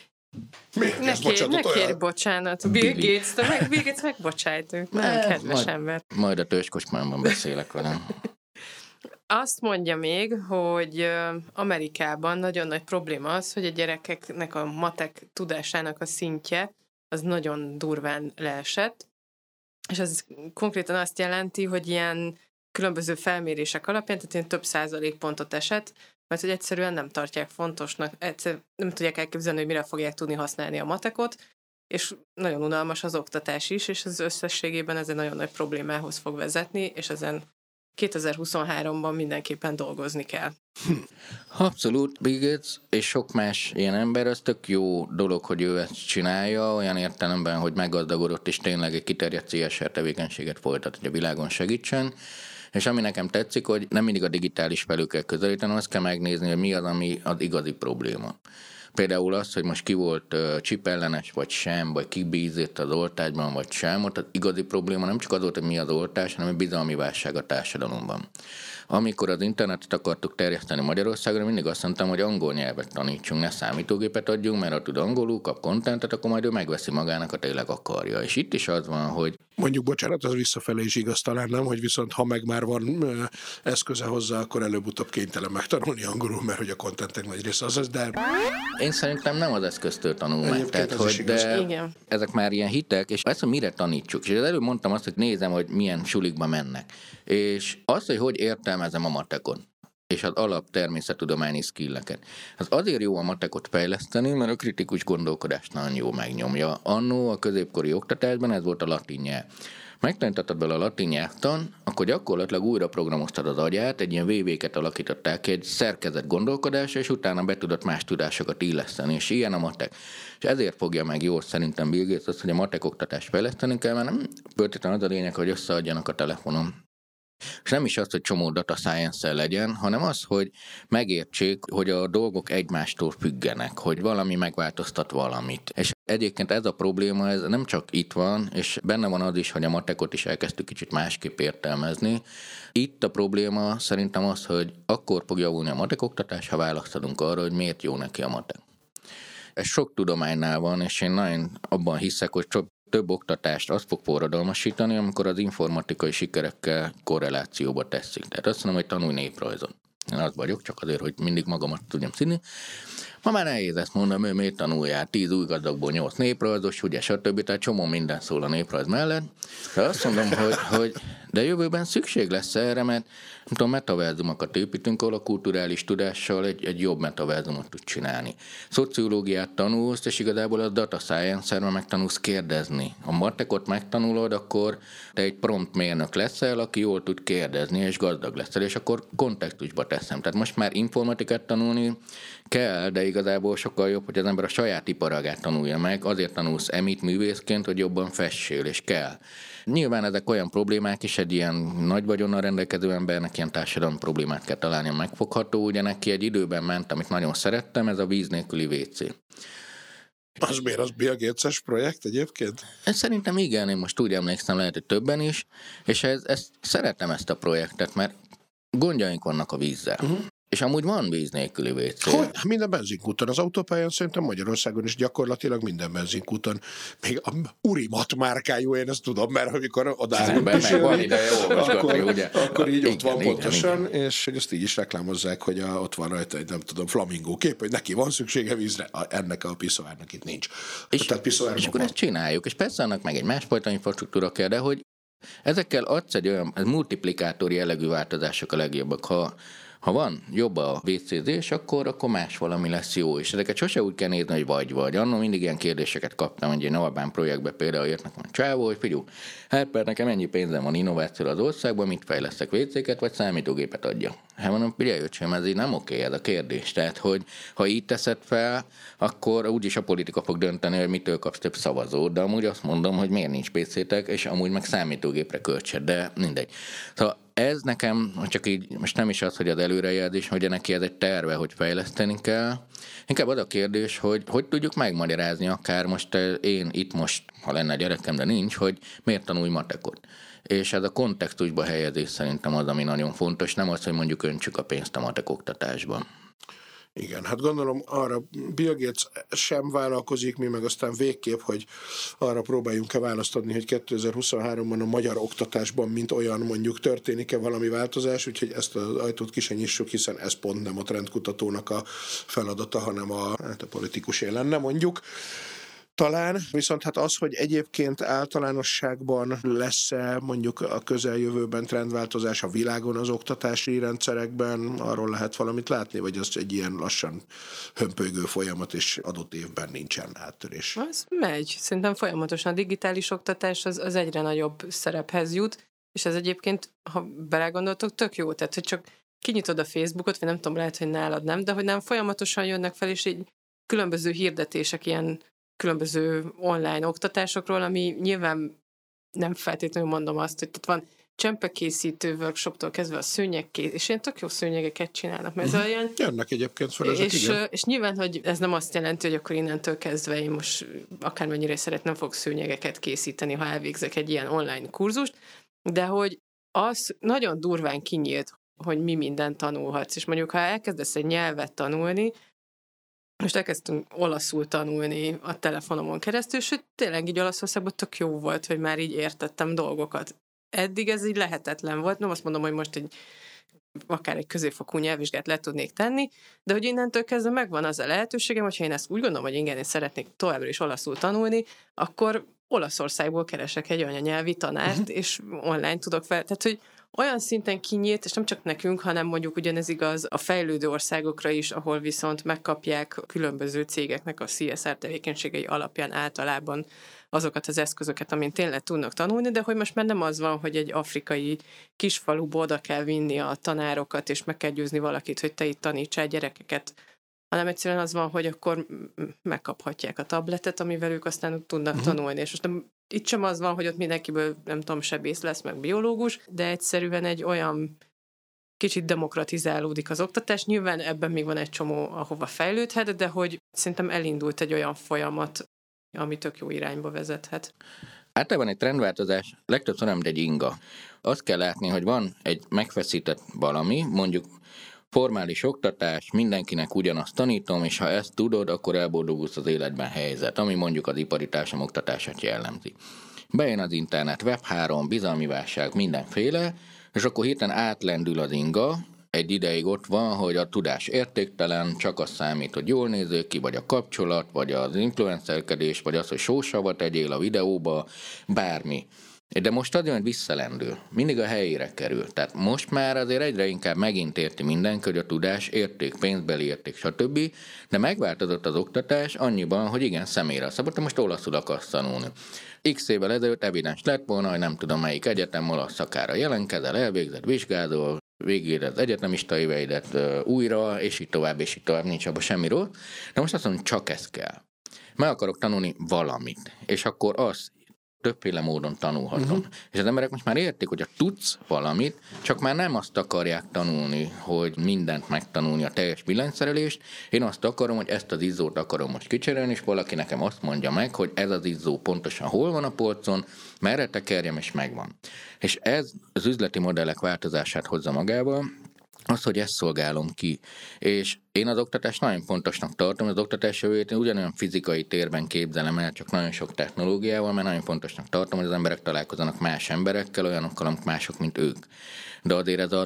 Ne kérj bocsánat. Bill Gates megbocsájt ők. Nagyon kedves ember. Majd a tőzskocsmában beszélek velem. Azt mondja még, hogy Amerikában nagyon nagy probléma az, hogy a gyerekeknek a matek tudásának a szintje az nagyon durván leesett, és ez konkrétan azt jelenti, hogy ilyen különböző felmérések alapján, tehát ilyen több százalékpontot esett, mert hogy egyszerűen nem tartják fontosnak, nem tudják elképzelni, hogy mire fogják tudni használni a matekot, és nagyon unalmas az oktatás is, és az összességében ez egy nagyon nagy problémához fog vezetni, és ezen 2023-ban mindenképpen dolgozni kell. Abszolút, Bill Gates és sok más ilyen ember, az tök jó dolog, hogy ő ezt csinálja, olyan értelemben, hogy meggazdagodott és tényleg egy kiterjedt CSR tevékenységet folytat, hogy a világon segítsen. És ami nekem tetszik, hogy nem mindig a digitális felül kell közelíteni, azt kell megnézni, hogy mi az, ami az igazi probléma. Például az, hogy most ki volt csipellenes, vagy sem, vagy ki bízott az oltásban, vagy sem, ott az igazi probléma nem csak az volt, hogy mi az oltás, hanem egy bizalmi válság a társadalomban. Amikor az internetet akartuk terjeszteni Magyarországra, mindig azt mondtam, hogy angol nyelvet tanítsunk, ne számítógépet adjunk, mert ha tud angolul, kap kontentet, akkor majd ő megveszi magának, ha tényleg akarja. És itt is az van, hogy... Mondjuk, bocsánat, az visszafelé is igaz talán, nem, hogy viszont ha meg már van eszköze hozzá, akkor előbb-utóbb kénytelen megtanulni angolul, mert hogy a kontentek nagy része az, de... Én szerintem nem az eszköztől tanul meg, tehát, hogy de igen. Ezek már ilyen hitek, és ezt, hogy mire tanítsuk. És előbb mondtam azt, hogy nézem, hogy milyen sulikba mennek. És azt, hogy értelmezem a matekot, és az alap természettudományi skilleket. Az azért jó a matekot fejleszteni, mert a kritikus gondolkodást nagyon jó megnyomja. Annó a középkori oktatásban ez volt a latin nyelv. Megtanítottad bele a latin nyelvtan, akkor gyakorlatilag újra programoztad az agyát, egy ilyen VV-ket alakították ki, egy szerkezet gondolkodásra, és utána be tudott más tudásokat illeszteni, és ilyen a matek. És ezért fogja meg jól szerintem Bill Gates azt, hogy a matek oktatást fejleszteni kell, mert nem feltétlenül az a lényeg, hogy összeadjanak a telefonon. És nem is az, hogy csomó data science-el legyen, hanem az, hogy megértsék, hogy a dolgok egymástól függenek, hogy valami megváltoztat valamit. És egyébként ez a probléma, ez nem csak itt van, és benne van az is, hogy a matekot is elkezdtük kicsit másképp értelmezni. Itt a probléma szerintem az, hogy akkor fog javulni a matekoktatás, ha választ adunk arra, hogy miért jó neki a matek. Ez sok tudománynál van, és én nagyon abban hiszek, hogy több oktatást azt fog forradalmasítani, amikor az informatikai sikerekkel korrelációba teszik. Tehát azt mondom, hogy tanulj néprajzot. Én az vagyok, csak azért, hogy mindig magamat tudjam színni. Ma már nehéz ezt mondani, hogy miért tanuljál 10 új gazdagból 8 néprajzos, ugye, stb. Tehát csomó minden szól a néprajz mellett. De azt mondom, hogy de jövőben szükség lesz erre, mert nem tudom, metaverzumokat építünk, ahol a kulturális tudással egy jobb metaverzumot tud csinálni. Szociológiát tanulsz, és igazából a data science-erben megtanulsz kérdezni. A matekot megtanulod, akkor te egy prompt mérnök leszel, aki jól tud kérdezni, és gazdag leszel, és akkor kontextusba teszem. Tehát most már informatikát tanulni kell, de igazából sokkal jobb, hogy az ember a saját iparágát tanulja meg, azért tanulsz emit művészként, hogy jobban fessél, és kell. Nyilván ezek olyan problémák is, egy ilyen nagy vagyonnal rendelkező embernek ilyen társadalmi problémát kell találni, megfogható. Ugye neki egy időben ment, amit nagyon szerettem, ez a víz nélküli WC. Az miért az Bill Gates-es projekt egyébként? Szerintem igen, én most úgy emlékszem, lehet, hogy többen is, és szeretem ezt a projektet, mert gondjaink vannak a vízzel. És amúgy van víz nélküli WC. Hogy? Minden benzinkúton. Az autópályán szerintem Magyarországon is gyakorlatilag minden benzinkúton. Még a Urimat márkájú, én ezt tudom, mert amikor odállunk pisilni, akkor így igen, ott van pontosan, igen. És hogy ezt így is reklámozzák, hogy ott van rajta egy, nem tudom, flamingó kép, hogy neki van szüksége vízre, ennek a piszoárnak itt nincs. És akkor ezt csináljuk, és persze annak meg egy másfajta infrastruktúra kell, de hogy ezekkel adsz egy olyan, ez multiplikátor jellegű változások a legjobbak. Ha Ha van jobb a WC-zés, akkor más valami lesz jó. És ezeket sose úgy kell nézni, hogy vagy. Annól mindig ilyen kérdéseket kaptam, hogy egy Albán projektbe például jött nekem a csávó, hogy figyelj, hát nekem ennyi pénzem van innováció az országban, mit fejlesztek WC-ket, vagy számítógépet adja. Hát mondom, figyelj, öcsém, ez így nem oké ez a kérdés. Tehát, hogy ha így teszed fel, akkor úgyis a politika fog dönteni, hogy mitől kapsz több szavazót, de amúgy azt mondom, hogy miért nincs PC-tek, és amúgy meg számítógépre költsed, de mindegy. Szóval ez nekem, csak így, most nem is az, hogy az előrejelzés, hogy neki ez egy terve, hogy fejleszteni kell. Inkább az a kérdés, hogy tudjuk megmagyarázni akár most én itt most, ha lenne gyerekem, de nincs, hogy miért tanulj matekot. És ez a kontextusba helyezés szerintem az, ami nagyon fontos, nem az, hogy mondjuk öntsük a pénzt a matek oktatásban. Igen, hát gondolom arra Bill Gates sem vállalkozik, mi meg aztán végképp, hogy arra próbáljunk-e választ adni, hogy 2023-ban a magyar oktatásban, mint olyan mondjuk történik-e valami változás, úgyhogy ezt az ajtót ki sem nyissuk, hiszen ez pont nem a trendkutatónak a feladata, hanem a politikusé lenne mondjuk. Talán, viszont hát az, hogy egyébként általánosságban lesz-e mondjuk a közeljövőben trendváltozás a világon az oktatási rendszerekben, arról lehet valamit látni, vagy az egy ilyen lassan hömpölygő folyamat, és adott évben nincsen áttörés? Az megy. Szerintem folyamatosan a digitális oktatás az egyre nagyobb szerephez jut, és ez egyébként, ha belegondoltok, tök jó. Tehát, hogy csak kinyitod a Facebookot, vagy nem tudom, lehet, hogy nálad nem, de hogy nem folyamatosan jönnek fel, és így különböző hirdetések ilyen különböző online oktatásokról, ami nyilván nem feltétlenül mondom azt, hogy itt van csempekészítő workshoptól kezdve a szőnyegkészítő, és ilyen tök jó szőnyegeket csinálnak, mert ez olyan... Jönnek egyébként fel ezek, igen. És nyilván, hogy ez nem azt jelenti, hogy akkor innentől kezdve én most akármennyire szeretném fogok szőnyegeket készíteni, ha elvégzek egy ilyen online kurzust, de hogy az nagyon durván kinyílt, hogy mi mindent tanulhatsz, és mondjuk, ha elkezdesz egy nyelvet tanulni, most elkezdtünk olaszul tanulni a telefonomon keresztül, és tényleg így Olaszországban tök jó volt, hogy már így értettem dolgokat. Eddig ez így lehetetlen volt, nem azt mondom, hogy most akár egy középfokú nyelvvizsgát le tudnék tenni, de hogy innentől kezdve megvan az a lehetőségem, hogyha én ezt úgy gondolom, hogy igen, én szeretnék továbbra is olaszul tanulni, akkor Olaszországból keresek egy anyanyelvi tanárt, és online tudok fel. Tehát, hogy olyan szinten kinyílt, és nem csak nekünk, hanem mondjuk ugyanez igaz a fejlődő országokra is, ahol viszont megkapják különböző cégeknek a CSR tevékenységei alapján általában azokat az eszközöket, amin tényleg tudnak tanulni, de hogy most már nem az van, hogy egy afrikai kisfaluba oda kell vinni a tanárokat, és meg kell győzni valakit, hogy te itt tanítsál gyerekeket, hanem egyszerűen az van, hogy akkor megkaphatják a tabletet, amivel ők aztán tudnak tanulni. És most nem, itt sem az van, hogy ott mindenkiből, nem tudom, sebész lesz, meg biológus, de egyszerűen egy olyan kicsit demokratizálódik az oktatás. Nyilván ebben még van egy csomó, ahova fejlődhet, de hogy szerintem elindult egy olyan folyamat, ami tök jó irányba vezethet. Általában egy trendváltozás legtöbbször nem egy inga. Azt kell látni, hogy van egy megfeszített valami, mondjuk formális oktatás, mindenkinek ugyanazt tanítom, és ha ezt tudod, akkor elboldogulsz az életben helyzet, ami mondjuk az ipari társadalom oktatását jellemzi. Bejön az internet, Web3, bizalmi válság, mindenféle, és akkor hirtelen átlendül az inga, egy ideig ott van, hogy a tudás értéktelen, csak az számít, hogy jól néző ki, vagy a kapcsolat, vagy az influencerkedés, vagy az, hogy sósavat tegyél a videóba, bármi. De most az jön, hogy visszalendül. Mindig a helyére kerül. Tehát most már azért egyre inkább megint érti mindenki, hogy a tudás érték, pénzbeli érték, stb. De megváltozott az oktatás annyiban, hogy igen, személyre szabad, most olaszul akarsz tanulni. X évvel ezelőtt evidens lett volna, hogy nem tudom melyik egyetem olasz szakára jelentkezel, elvégzed, vizsgázol, végéred az egyetemista éveidet újra, és így tovább, nincs abban semmi rossz. De most azt mondom, csak ez kell. Meg akarok tanulni valamit, és akkor az többféle módon tanulhatom. És az emberek most már értik, hogy tudsz valamit, csak már nem azt akarják tanulni, hogy mindent megtanulni, a teljes villanyszerelést. Én azt akarom, hogy ezt az izzót akarom most kicserélni, és valaki nekem azt mondja meg, hogy ez az izzó pontosan hol van a polcon, merre tekerjem, és megvan. És ez az üzleti modellek változását hozza magával, az, hogy ezt szolgálom ki. És én az oktatást nagyon fontosnak tartom, az oktatás jövőjét én ugyanolyan fizikai térben képzelem el, csak nagyon sok technológiával, mert nagyon fontosnak tartom, hogy az emberek találkozzanak más emberekkel, olyanokkal, amik mások, mint ők. De azért ez a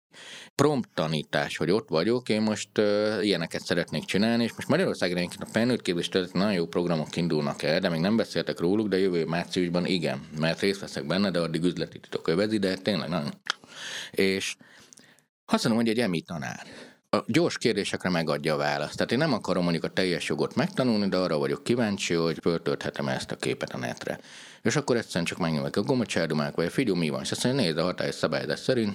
prompt tanítás, hogy ott vagyok, én most ilyeneket szeretnék csinálni, és most Magyarországon egyébként a felnőtt képzés területén nagyon jó programok indulnak el, de még nem beszéltek róluk, de jövő márciusban igen, mert részt veszek benne, de addig üzleti titok övezi, de tényleg nagyon. És Azt mondom, hogy egy EMI tanár a gyors kérdésekre megadja a választ. Tehát én nem akarom mondjuk a teljes jogot megtanulni, de arra vagyok kíváncsi, hogy föltölthetem ezt a képet a netre. És akkor egyszerűen csak megnyomok a gombot, csárdumálok, vagy figyelj, mi van? És azt mondja, nézd a hatályos szabályzat szerint.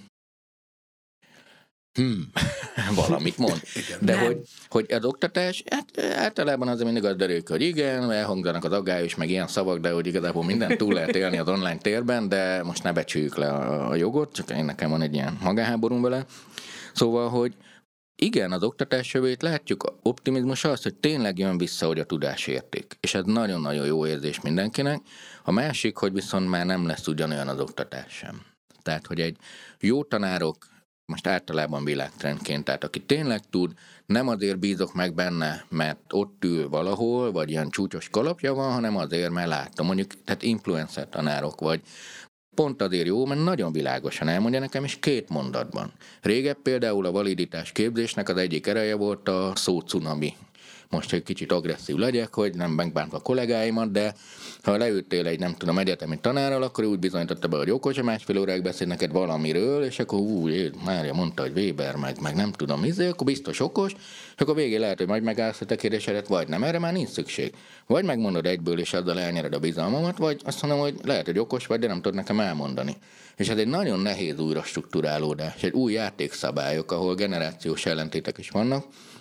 Valamit mond. De hogy az oktatás, hát általában azért mindig az derül, hogy igen, elhangzanak az aggályos, meg ilyen szavak, de hogy igazából mindent túl lehet élni az online térben, de most ne becsüljük le a jogot, csak én nekem van egy ilyen magáháborúm vele. Szóval, hogy igen, az oktatás jövőjét látjuk, optimizmus az, hogy tényleg jön vissza, hogy a tudásérték. És ez nagyon-nagyon jó érzés mindenkinek. A másik, hogy viszont már nem lesz ugyanolyan az oktatás sem. Tehát, hogy egy jó tanárok, most általában világtrendként, tehát aki tényleg tud, nem azért bízok meg benne, mert ott ül valahol, vagy ilyen csúcsos kalapja van, hanem azért, mert láttam. Mondjuk, tehát influencer tanárok, vagy pont azért jó, mert nagyon világosan elmondja nekem, és 2 mondatban. Régebb például a validitás képzésnek az egyik ereje volt a szócunami. Most egy kicsit agresszív legyek, hogy nem megbántva a kollégáimat, de ha leültél egy, nem tudom, egyetemi tanárral, akkor úgy bizonyította be, hogy okos, a másfél óráig beszél neked valamiről, és akkor Mária mondta, hogy Weber, meg nem tudom, akkor biztos okos, és akkor végén lehet, hogy majd megállsz a te kérdésedet, vagy nem, erre már nincs szükség. Vagy megmondod egyből, és azzal elnyered a bizalmamat, vagy azt mondom, hogy lehet, hogy okos vagy, de nem tudod nekem elmondani. És ez egy nagyon nehéz újra strukturálódás, egy új játékszabályok, ahol generációs ellentétek is vannak,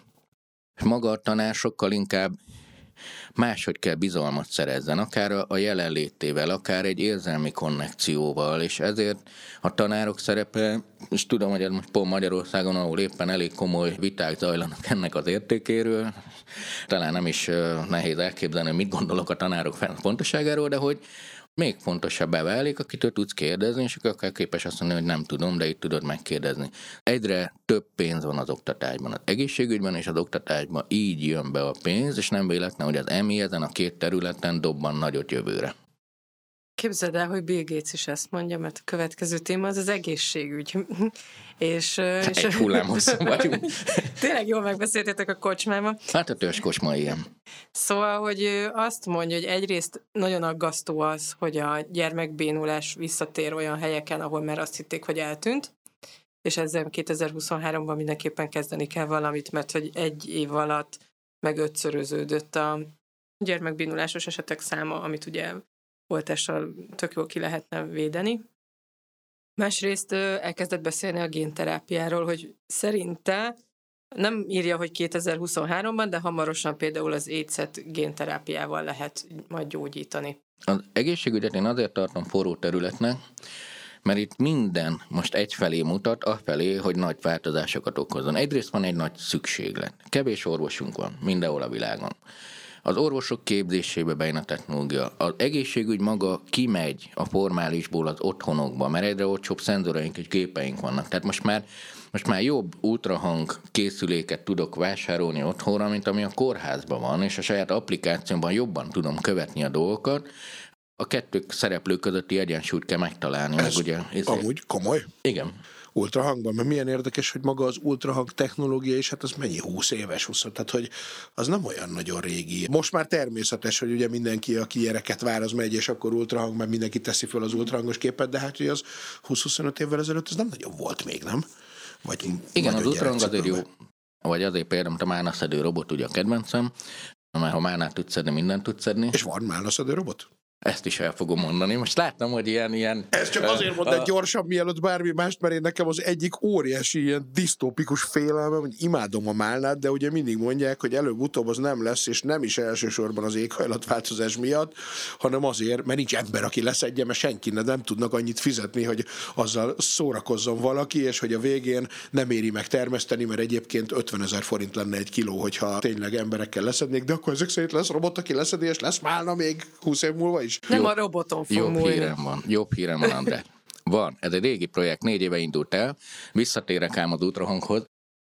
és maga a tanár sokkal inkább máshogy kell bizalmat szerezzen, akár a jelenlétével, akár egy érzelmi konnekcióval, és ezért a tanárok szerepe, és tudom, hogy ez most pont Magyarországon, ahol éppen elég komoly viták zajlanak ennek az értékéről, talán nem is nehéz elképzelni, hogy mit gondolok a tanárok fontosságáról, de hogy még fontosabbá válik, akitől tudsz kérdezni, és akkor képes azt mondani, hogy nem tudom, de itt tudod megkérdezni. Egyre több pénz van az oktatásban, az egészségügyben és az oktatásban, így jön be a pénz, és nem véletlen, hogy az EMI ezen a 2 területen dobban nagyot jövőre. Képzeld el, hogy Bill Gates is ezt mondja, mert a következő téma az egészségügy. és egy hullámhosszú vagyunk. Tényleg jól megbeszéltétek a kocsmában. Hát a törzskocsma ilyen. Szóval, hogy ő azt mondja, hogy egyrészt nagyon aggasztó az, hogy a gyermekbénulás visszatér olyan helyeken, ahol már azt hitték, hogy eltűnt, és ezzel 2023-ban mindenképpen kezdeni kell valamit, mert hogy 1 év alatt meg 5-szöröződött a gyermekbénulásos esetek száma, amit ugye oltással tök jól ki lehetne védeni. Másrészt elkezdett beszélni a génterápiáról, hogy szerinte nem írja, hogy 2023-ban, de hamarosan például az AIDS-et génterápiával lehet majd gyógyítani. Az egészségügyet én azért tartom forró területnek, mert itt minden most egyfelé mutat, afelé, hogy nagy változásokat okozzon. Egyrészt van egy nagy szükséglet. Kevés orvosunk van mindenhol a világon. Az orvosok képzésébe bejön a technológia. Az egészségügy maga kimegy a formálisból az otthonokba, mert egyre olcsóbb szenzoraink és gépeink vannak. Tehát most már jobb ultrahang készüléket tudok vásárolni otthonra, mint ami a kórházban van, és a saját applikációmban jobban tudom követni a dolgokat. A 2 szereplő közötti egyensúlyt kell megtalálni. Ez ugye, amúgy komoly? Igen. Ultrahangban, mert milyen érdekes, hogy maga az ultrahang technológia, és hát az mennyi 20 éves, 20, tehát hogy az nem olyan nagyon régi. Most már természetes, hogy ugye mindenki, aki gyereket vár, az megy, és akkor ultrahang, mert mindenki teszi föl az ultrahangos képet, de hát hogy az 20-25 évvel ezelőtt ez nem nagyon volt még, nem? Igen, az ultrahang azért jó, vagy azért például a málnaszedő robot ugye a kedvencem, mert ha málnát tudsz szedni, mindent tudsz szedni. És van málnaszedő robot? Ezt is el fogom mondani. Most láttam, hogy ilyen... Ez csak azért mondom gyorsan, mielőtt bármi mást, mert én nekem az egyik óriási ilyen disztópikus félelmem, hogy imádom a málnát, de ugye mindig mondják, hogy előbb-utóbb az nem lesz, és nem is elsősorban az éghajlatváltozás miatt, hanem azért, mert nincs ember, aki leszedje, mert senki nem tudnak annyit fizetni, hogy azzal szórakozzon valaki, és hogy a végén nem éri meg termeszteni, mert egyébként 50 000 forint lenne 1 kiló, hogyha tényleg emberekkel leszednék, de akkor ezek szerint lesz robot, aki leszedi, és lesz málna még 20 év múlva is. Nem a roboton fog múlni. Jobb hírem van, András. Van, ez egy régi projekt, 4 éve indult el, visszatérek ám az ultrahanghoz.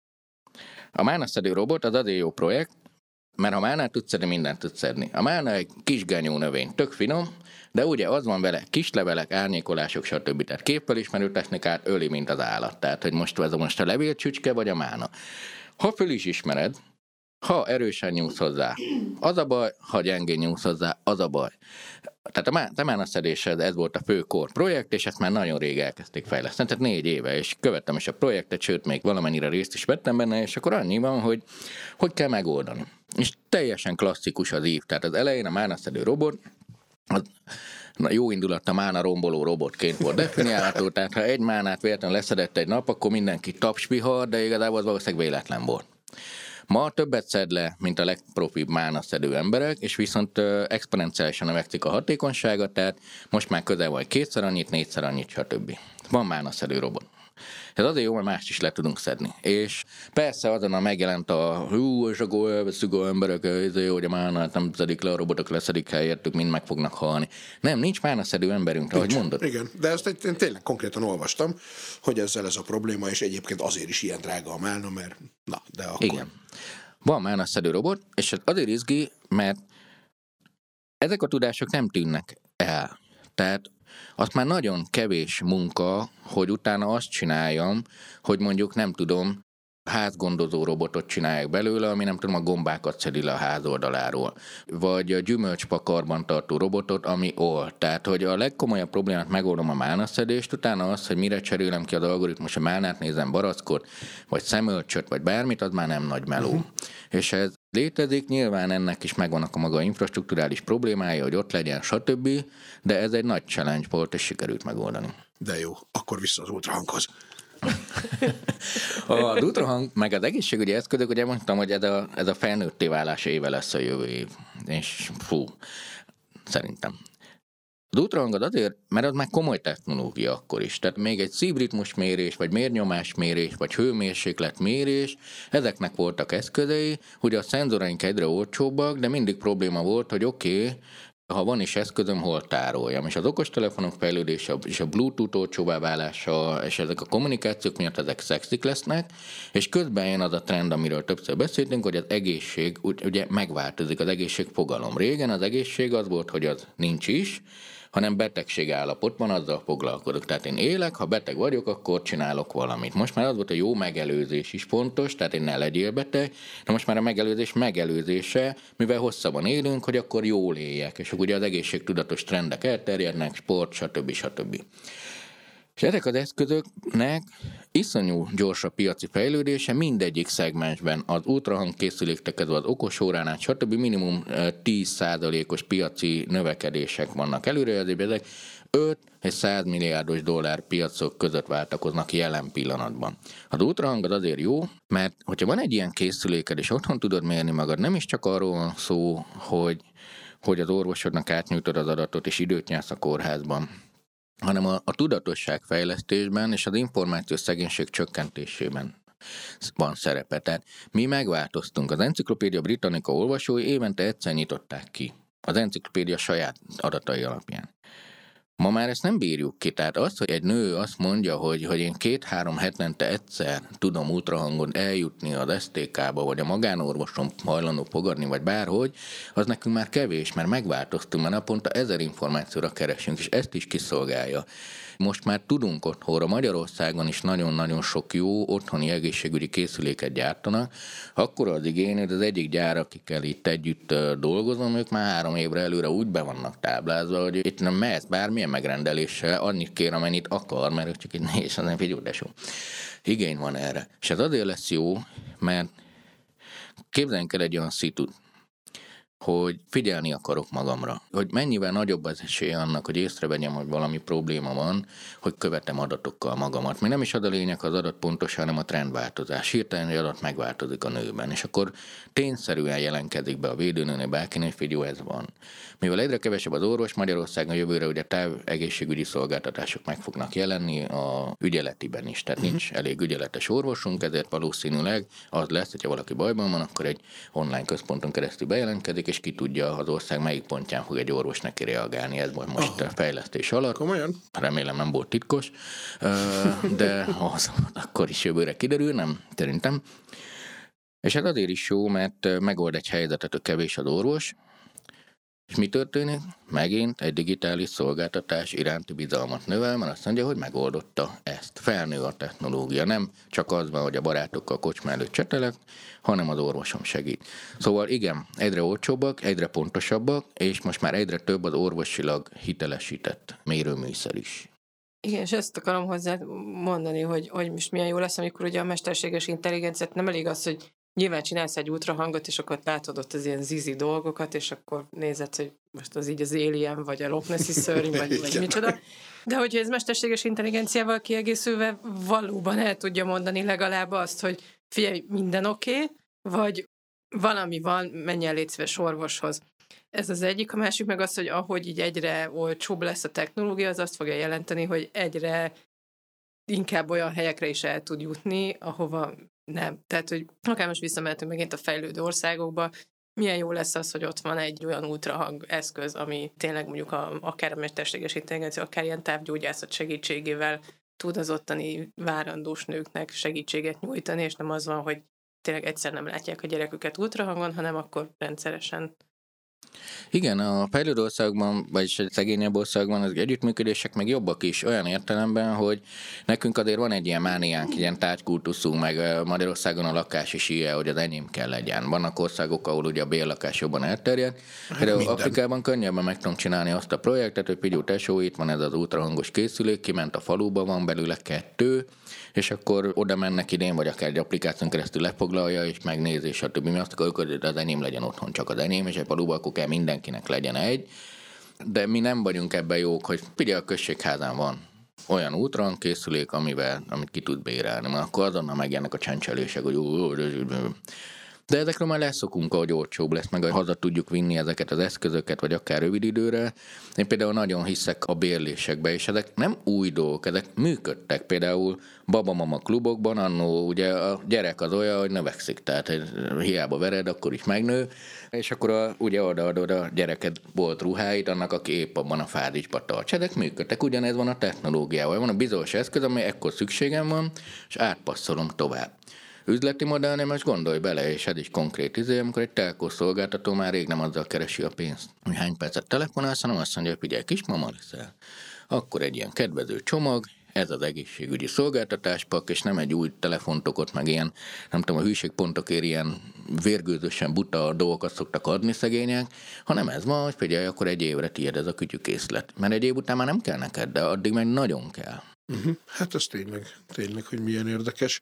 A málnaszedő robot az azért jó projekt, mert ha málnát tudsz szedni, mindent tudsz szedni. A málna egy kis genyó növény, tök finom, de ugye az van vele, kis levelek, árnyékolások, stb. Tehát képfelismerő technikát öli, mint az állat. Tehát, hogy most a levélcsücske vagy a málna. Ha föl is ismered, ha erősen nyúlsz hozzá, az a baj, ha gyengén nyúlsz hozzá, az a baj. Tehát a mánaszedés ez volt a fő core projekt, és ezt már nagyon rég elkezdték fejleszteni, tehát 4 éve, és követtem is a projektet, sőt, még valamennyire részt is vettem benne, és akkor annyi van, hogy kell megoldani. És teljesen klasszikus az ív, tehát az elején a mánaszedő robot, jó indulat a mána romboló robotként volt definiálható, tehát ha egy mánát véletlenül leszedett egy nap, akkor mindenki tapsvihar, de igazából az valószínűleg véletlen volt. Ma többet szed le, mint a legprofibb mánaszedő emberek, és viszont exponenciálisan növekszik a hatékonysága, tehát most már közel vagy 2-szer annyit, 4-szer annyit, stb. Van mánaszedő robot. Ez azért jó, mert mást is le tudunk szedni. És persze azonnal megjelent és akkor elveszük az emberek, hogy a mánát nem szedik le, a robotok leszedik helyettük, mind meg fognak halni. Nem, nincs mánaszedő emberünk, ahogy mondod. Igen, de ezt én tényleg konkrétan olvastam, hogy ezzel ez a probléma, és egyébként azért is ilyen drága a mána, mert de akkor... Igen. Van mánaszedő robot, és azért izgi, mert ezek a tudások nem tűnnek el. Tehát azt már nagyon kevés munka, hogy utána azt csináljam, hogy mondjuk nem tudom, házgondozó robotot csinálják belőle, ami nem tudom, a gombákat szedi le a ház oldaláról. Vagy a gyümölcspakarban tartó robotot, ami tehát hogy a legkomolyabb problémát megoldom a mánaszedést, utána az, hogy mire cserélem ki az algoritmus, a mánát nézem, barackot, vagy szemölcsöt, vagy bármit, az már nem nagy meló. És ez létezik, nyilván ennek is megvannak a maga infrastrukturális problémája, hogy ott legyen, stb., de ez egy nagy challenge volt, és sikerült megoldani. De jó, akkor vissza az ultrahanghoz. Az ultrahang, meg az egészségügyi eszközök, ugye mondtam, hogy ez a felnőtté válás éve lesz a jövő év. És szerintem. Az ultrahang az azért, mert az már komoly technológia akkor is. Tehát még egy szívritmusmérés, vagy vérnyomásmérés, vagy hőmérsékletmérés, ezeknek voltak eszközei, ugye a szenzoraink egyre olcsóbbak, de mindig probléma volt, hogy oké, ha van is eszközöm, hol tároljam. És az okostelefonok fejlődése, és a Bluetooth olcsóvá válása, és ezek a kommunikációk miatt ezek szexik lesznek, és közben jön az a trend, amiről többször beszéltünk, hogy az egészség ugye megváltozik, az egészség fogalom. Régen az egészség az volt, hogy az nincs is, hanem betegség állapotban, azzal foglalkozok. Tehát én élek, ha beteg vagyok, akkor csinálok valamit. Most már az volt, a jó megelőzés is fontos, tehát én ne legyél beteg, de most már a megelőzés megelőzése, mivel hosszabban élünk, hogy akkor jól éljek, és akkor ugye az egészségtudatos trendek elterjednek, sport, stb. És ezek az eszközöknek iszonyú gyors a piaci fejlődése, mindegyik szegmensben az ultrahang készüléktekező, az okosórán át, stb. Minimum 10%-os piaci növekedések vannak előrejelzésben, ezek 5 és 100 milliárdos dollár piacok között váltakoznak jelen pillanatban. Az ultrahang az azért jó, mert hogyha van egy ilyen készüléked, és otthon tudod mérni magad, nem is csak arról van szó, hogy az orvosodnak átnyújtod az adatot, és időt nyersz a kórházban, hanem a tudatosságfejlesztésben és az információs szegénység csökkentésében van szerepe. Tehát mi megváltoztunk. Az Encyclopedia Britannica olvasói évente egyszer nyitották ki. Az enciklopédia saját adatai alapján. Ma már ezt nem bírjuk ki. Tehát az, hogy egy nő azt mondja, hogy én 2-3 hetente egyszer tudom ultrahangon eljutni az STK-ba, vagy a magánorvosom hajlandó fogadni, vagy bárhogy, az nekünk már kevés, mert megváltoztunk, mert naponta 1000 információra keresünk, és ezt is kiszolgálja. Most már tudunk otthonra, Magyarországon is nagyon-nagyon sok jó otthoni egészségügyi készüléket gyártanak. Akkor az igény, hogy az egyik gyár, akikkel itt együtt dolgozom, ők már 3 évre előre úgy be vannak táblázva, hogy itt nem mehetsz bármilyen megrendeléssel, annyit kér, amennyit akar, mert ők csak egy nehéz, az nem figyelj, de so. Igény van erre. És ez azért lesz jó, mert képzeljünk el egy olyan szitut, hogy figyelni akarok magamra, hogy mennyivel nagyobb az esély annak, hogy észrevegyem, hogy valami probléma van, hogy követem adatokkal magamat. Még nem is az a lényeg az adat pontosan, hanem a trendváltozás. Hirtelen, hogy adat megváltozik a nőben, és akkor tényszerűen jelentkezik be a védőnőnél bárkinél, figyelj, ez van. Mivel egyre kevesebb az orvos, Magyarországon jövőre ugye távegészségügyi szolgáltatások meg fognak jelenni a ügyeletiben is, tehát nincs elég ügyeletes orvosunk, ezért valószínűleg az lesz, hogyha valaki bajban van, akkor egy online központon keresztül bejelentkezik, és ki tudja az ország melyik pontján fog egy orvos neki reagálni. Ez volt most fejlesztés alatt. Komolyan? Remélem nem volt titkos, de az akkor is jövőre kiderül, nem szerintem. És ez azért is jó, mert megold egy helyzetet, hogy kevés az orvos, És mi történik? Megint egy digitális szolgáltatás iránti bizalmat növel, mert azt mondja, hogy megoldotta ezt. Felnő a technológia. Nem csak az van, hogy a barátokkal kocsma előtt csetelek, hanem az orvosom segít. Szóval igen, egyre olcsóbbak, egyre pontosabbak, és most már egyre több az orvosilag hitelesített mérőműszer is. Igen, és ezt akarom hozzá mondani, hogy most milyen jó lesz, amikor ugye a mesterséges intelligenciát nem elég az, hogy nyilván csinálsz egy ultrahangot, és akkor látod ott az ilyen zizi dolgokat, és akkor nézed, hogy most az így az Alien, vagy a Loch Nessi szörny, vagy micsoda. De hogyha ez mesterséges intelligenciával kiegészülve valóban el tudja mondani legalább azt, hogy figyelj, minden oké, vagy valami van, menj el, légy szíves orvoshoz. Ez az egyik, a másik meg az, hogy ahogy így egyre olcsóbb lesz a technológia, az azt fogja jelenteni, hogy egyre inkább olyan helyekre is el tud jutni, ahova nem. Tehát, hogy akár most visszamehetünk megint a fejlődő országokba, milyen jó lesz az, hogy ott van egy olyan ultrahang eszköz, ami tényleg mondjuk akár a mesterséges intelligencia, akár ilyen távgyógyászat segítségével tud az ottani várandós nőknek segítséget nyújtani, és nem az van, hogy tényleg egyszer nem látják a gyereküket ultrahangon, hanem akkor rendszeresen. Igen, a fejlődő országban, vagyis egy szegényebb országban az együttműködések meg jobbak is, olyan értelemben, hogy nekünk azért van egy ilyen mániánk, ilyen tárgykultuszunk, meg Magyarországon a lakás is ilyen, hogy az enyém kell legyen. Vannak országok, ahol ugye a bérlakás jobban elterjed. Például Afrikában könnyebben meg tudom csinálni azt a projektet, hogy Pigyú tesó, itt van ez az ultrahangos készülék, kiment a faluba, van belőle 2, és akkor oda mennek idén, vagy akár egy applikáción keresztül lefoglalja, és megnézi, és a többi. Mi azt akarjuk, hogy az enyém legyen otthon, csak az enyém, és egy faluba akkor kell mindenkinek legyen egy. De mi nem vagyunk ebben jók, hogy figyelj, a községházán van olyan ultrahang készülék, amit ki tud bérelni, mert akkor azonnal megjelennek a csencselések, hogy de ezekről már leszokunk, ahogy olcsóbb lesz, meg haza tudjuk vinni ezeket az eszközöket, vagy akár rövid időre. Én például nagyon hiszek a bérlésekbe, és ezek nem új dolgok, ezek működtek. Például babamama klubokban annó ugye a gyerek az olyan, hogy növekszik, tehát hiába vered, akkor is megnő, és akkor ugye odaadod a gyereket bolt ruháit annak, aki épp abban a fázisban tart. Ezek működtek, ugyanez van a technológiával. Van a bizonyos eszköz, amely ekkor szükségem van, és átpasszolom tovább. Üzleti modell, most gondolj bele, és ez is konkrét amikor egy telkó szolgáltató már rég nem azzal keresi a pénzt, hogy hány percet telefonálsz, hanem azt mondja, hogy figyelj, kismama leszel. Akkor egy ilyen kedvező csomag, ez az egészségügyi szolgáltatáspak, és nem egy új telefontokot, meg ilyen, nem tudom, a hűségpontokért ilyen vérgőzösen buta dolgokat szoktak adni szegények, hanem ez van, hogy figyelj, akkor egy évre tiéd ez a kütyükészlet. Mert egy év után már nem kell neked, de addig meg nagyon kell. Hát ez tényleg, hogy milyen érdekes.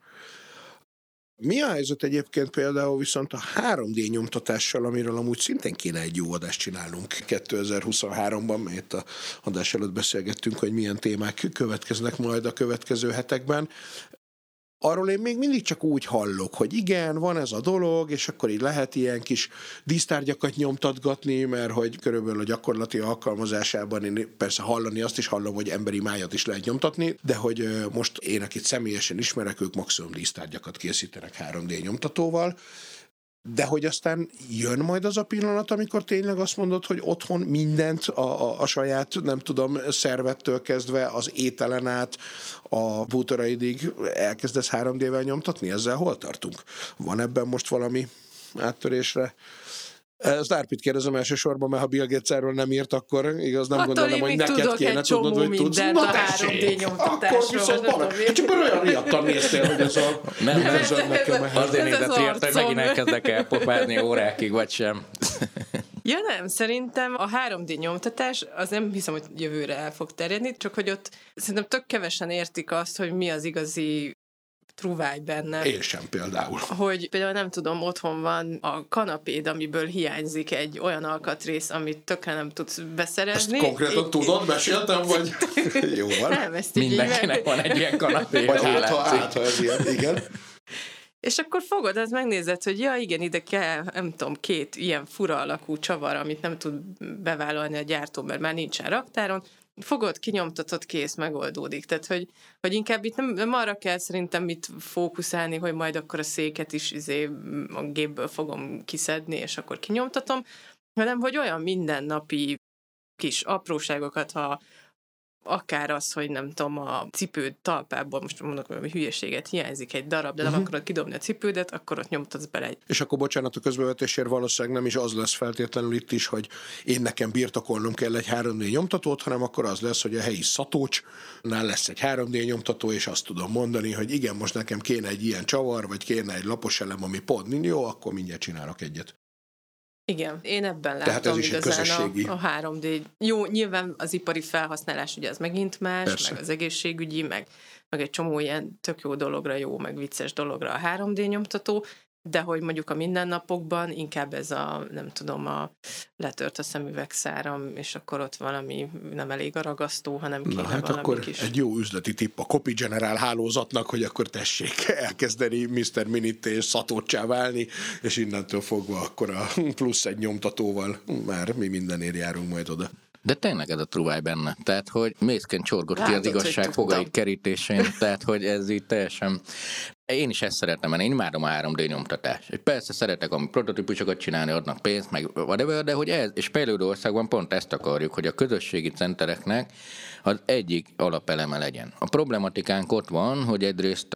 Mi a helyzet egyébként például viszont a 3D nyomtatással, amiről amúgy szintén kéne egy jó adást csinálnunk 2023-ban, melyet a adás előtt beszélgettünk, hogy milyen témák következnek majd a következő hetekben. Arról én még mindig csak úgy hallok, hogy igen, van ez a dolog, és akkor így lehet ilyen kis dísztárgyakat nyomtatgatni, mert hogy körülbelül a gyakorlati alkalmazásában én persze hallani, azt is hallom, hogy emberi májat is lehet nyomtatni, de hogy most én, akit személyesen ismerek, ők maximum dísztárgyakat készítenek 3D nyomtatóval, de hogy aztán jön majd az a pillanat, amikor tényleg azt mondod, hogy otthon mindent a saját, nem tudom, szervettől kezdve az ételen át a bútoraidig elkezdesz 3D-vel nyomtatni? Ezzel hol tartunk? Van ebben most valami áttörésre? Ezt Árpit kérdezem elsősorban, mert ha Bill Gates erről nem írt, akkor igaz nem gondolom, hogy neked kéne tudnod, hogy tudsz. Na tessék, akkor viszont csak olyan riadtan néztél, hogy ez a... Azért nézett riadt, hogy megint elkezdek elpofázni órákig, vagy sem. Ja nem, szerintem a 3D nyomtatás, az nem hiszem, hogy jövőre el fog terjedni, csak hogy ott szerintem tök kevesen értik azt, hogy mi az igazi truváj benne. Én sem például. Hogy például nem tudom, otthon van a kanapéd, amiből hiányzik egy olyan alkatrész, amit tökre nem tudsz beszerezni. Ezt konkrétan tudod, meséltem, vagy? Jó van. Nem, ezt mindenkinek van egy ilyen kanapé. Vagy hát, ha ez ilyen, igen. És akkor fogod, az megnézed, hogy ja igen, ide kell, nem tudom, 2 ilyen fura alakú csavar, amit nem tud bevállalni a gyártó, mert már nincsen raktáron, fogod, kinyomtatod, kész, megoldódik. Tehát, hogy inkább itt nem arra kell szerintem itt fókuszálni, hogy majd akkor a széket is a gépből fogom kiszedni, és akkor kinyomtatom, hanem hogy olyan mindennapi kis apróságokat, ha akár az, hogy nem tudom, a cipőd talpából, most mondok valami hülyeséget, hiányzik egy darab, de nem akarod kidobni a cipődet, akkor ott nyomtatsz bele egy. És akkor bocsánat a közbevetésért, valószínűleg nem is az lesz feltétlenül itt is, hogy én nekem birtokolnom kell egy 3D nyomtatót, hanem akkor az lesz, hogy a helyi szatócsnál lesz egy 3D nyomtató, és azt tudom mondani, hogy igen, most nekem kéne egy ilyen csavar, vagy kéne egy lapos elem, ami pont nincs jó, akkor mindjárt csinálok egyet. Igen, én ebben Tehát látom ez is igazán a 3D. Jó, nyilván az ipari felhasználás ugye az megint más, Persze. meg az egészségügyi, meg egy csomó ilyen tök jó dologra, jó, meg vicces dologra a 3D nyomtató, de hogy mondjuk a mindennapokban inkább ez a, nem tudom, a letört a szemüvegszáram, és akkor ott valami nem elég a ragasztó, hanem kéne Na hát valami akkor kis... egy jó üzleti tipp a Copy General hálózatnak, hogy akkor tessék elkezdeni Mr. Minit és szatóccsá válni, és innentől fogva akkor a plusz egy nyomtatóval már mi mindenért járunk majd oda. De tényleg ez a truváj benne. Tehát, hogy mészként csorgott ki az igazság fogai kerítésén, tehát, hogy ez így teljesen... Én is ezt szeretem, mert én imádom a 3D nyomtatást. Persze szeretek a prototípusokat csinálni, adnak pénzt, meg whatever, de hogy ez, és fejlődő országban pont ezt akarjuk, hogy a közösségi centereknek az egyik alapeleme legyen. A problematikánk ott van, hogy egyrészt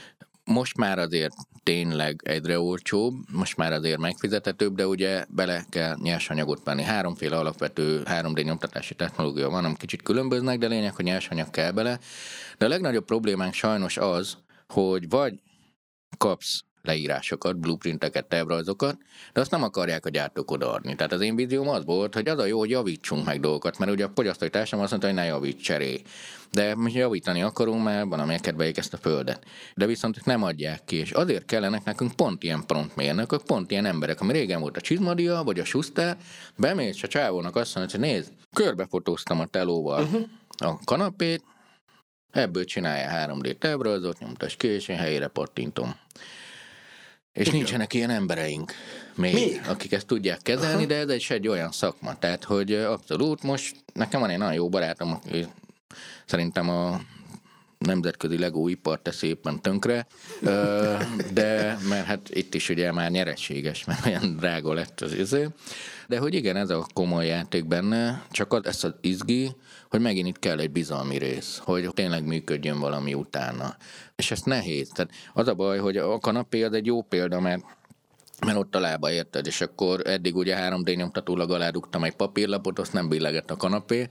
most már azért tényleg egyre olcsóbb, most már azért megfizethetőbb, de ugye bele kell nyersanyagot venni. Háromféle alapvető 3D nyomtatási technológia van, amik kicsit különböznek, de lényeg, hogy nyersanyag kell bele. De a legnagyobb problémánk sajnos az, hogy vagy kapsz leírásokat, blueprinteket, tervrajzokat, de azt nem akarják a gyártók odaadni. Tehát az én vízióm az volt, hogy az a jó, hogy javítsunk meg dolgokat, mert ugye a fogyasztói társadalom azt mondta, hogy ne javíts, cserélj. De mi javítani akarunk, mert valamelyek kedveljék ezt a földet. De viszont ők nem adják ki, és azért kellenek nekünk pont ilyen promptmérnökök, pont ilyen emberek, ami régen volt a Csizmadia, vagy a Schuster, bemész a csávónak azt mondja, hogy nézd, körbefotóztam a telóval a kanapét, ebből csinálja 3D tervrajzot, nyomtass ki, és én helyére pattintom. És igen, nincsenek ilyen embereink még, akik ezt tudják kezelni, de ez egy olyan szakma. Tehát, hogy abszolút most nekem van egy nagyon jó barátom, aki szerintem a nemzetközi Lego ipart teszi éppen tönkre, de mert hát itt is ugye már nyereséges, mert olyan drága lett az izé. De hogy igen, ez a komoly játék benne, csak ez az izgi, hogy megint itt kell egy bizalmi rész, hogy tényleg működjön valami utána. És ez nehéz. Tehát az a baj, hogy a kanapé az egy jó példa, mert ott a lába, érted, és akkor eddig ugye 3D nyomtatólag aládugtam egy papírlapot, azt nem billegett a kanapé,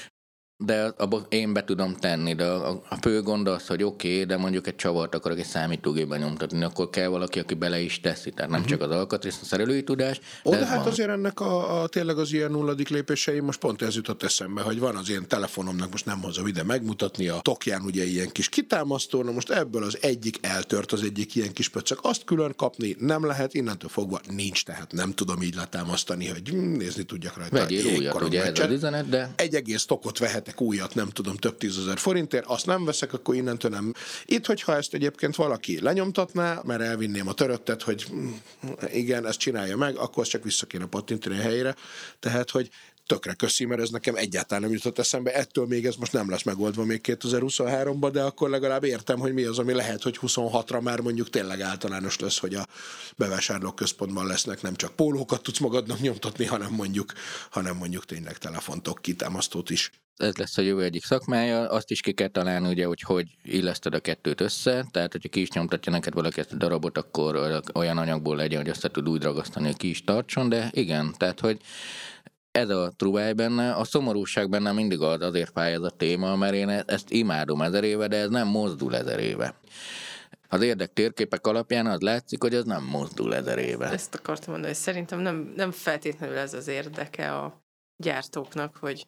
de abban én be tudom tenni, de a fő gond az, hogy oké, de mondjuk egy csavart akarok egy számítógépben nyomtatni, akkor kell valaki, aki bele is teszi, tehát nem csak az alkatrész, a szerelői tudás. De hát azért ennek tényleg az ilyen nulladik lépései, most pont ez jutott eszembe, hogy van az én telefonomnak, most nem hozom ide megmutatni, a tokján ugye ilyen kis kitámasztó, na most ebből az egyik eltört, az egyik ilyen kis pöccök, azt külön kapni nem lehet, innentől fogva nincs, tehát nem tudom így letámasztani, hogy nézni tudjak rajta. Vegyél újat, ugye ez az üzenet, de... Egy egész tokot vehetek újat, nem tudom, több 10 000 forintért, azt nem veszek, akkor innentől nem. Itt, hogyha ezt egyébként valaki lenyomtatná, mert elvinném a töröttet, hogy igen, ezt csinálja meg, akkor azt csak vissza kéne pattintani a helyére. Tehát, hogy tökre köszi, mert ez nekem egyáltalán nem jutott eszembe. Ettől még ez most nem lesz megoldva még 2023-ban, de akkor legalább értem, hogy mi az, ami lehet, hogy 26-ra már mondjuk tényleg általános lesz, hogy a bevásárlóközpontban lesznek, nem csak pólókat tudsz magadnak nyomtatni, hanem mondjuk tényleg telefontok, kitámasztót is. Ez lesz a jövő egyik szakmája, azt is ki kell találni, ugye, hogy illeszted a kettőt össze, tehát hogyha ki is nyomtatja neked valaki ezt a darabot, akkor olyan anyagból legyen, hogy össze tud úgy ragasztani, hogy ki is tartson, de igen, tehát hogy ez a truváj benne, a szomorúság benne mindig azért fáj ez a téma, mert én ezt imádom 1000 éve, de ez nem mozdul 1000 éve. Az érdektérképek alapján az látszik, hogy ez nem mozdul 1000 éve. Ezt akartam mondani, hogy szerintem nem feltétlenül ez az érdeke a gyártóknak, hogy...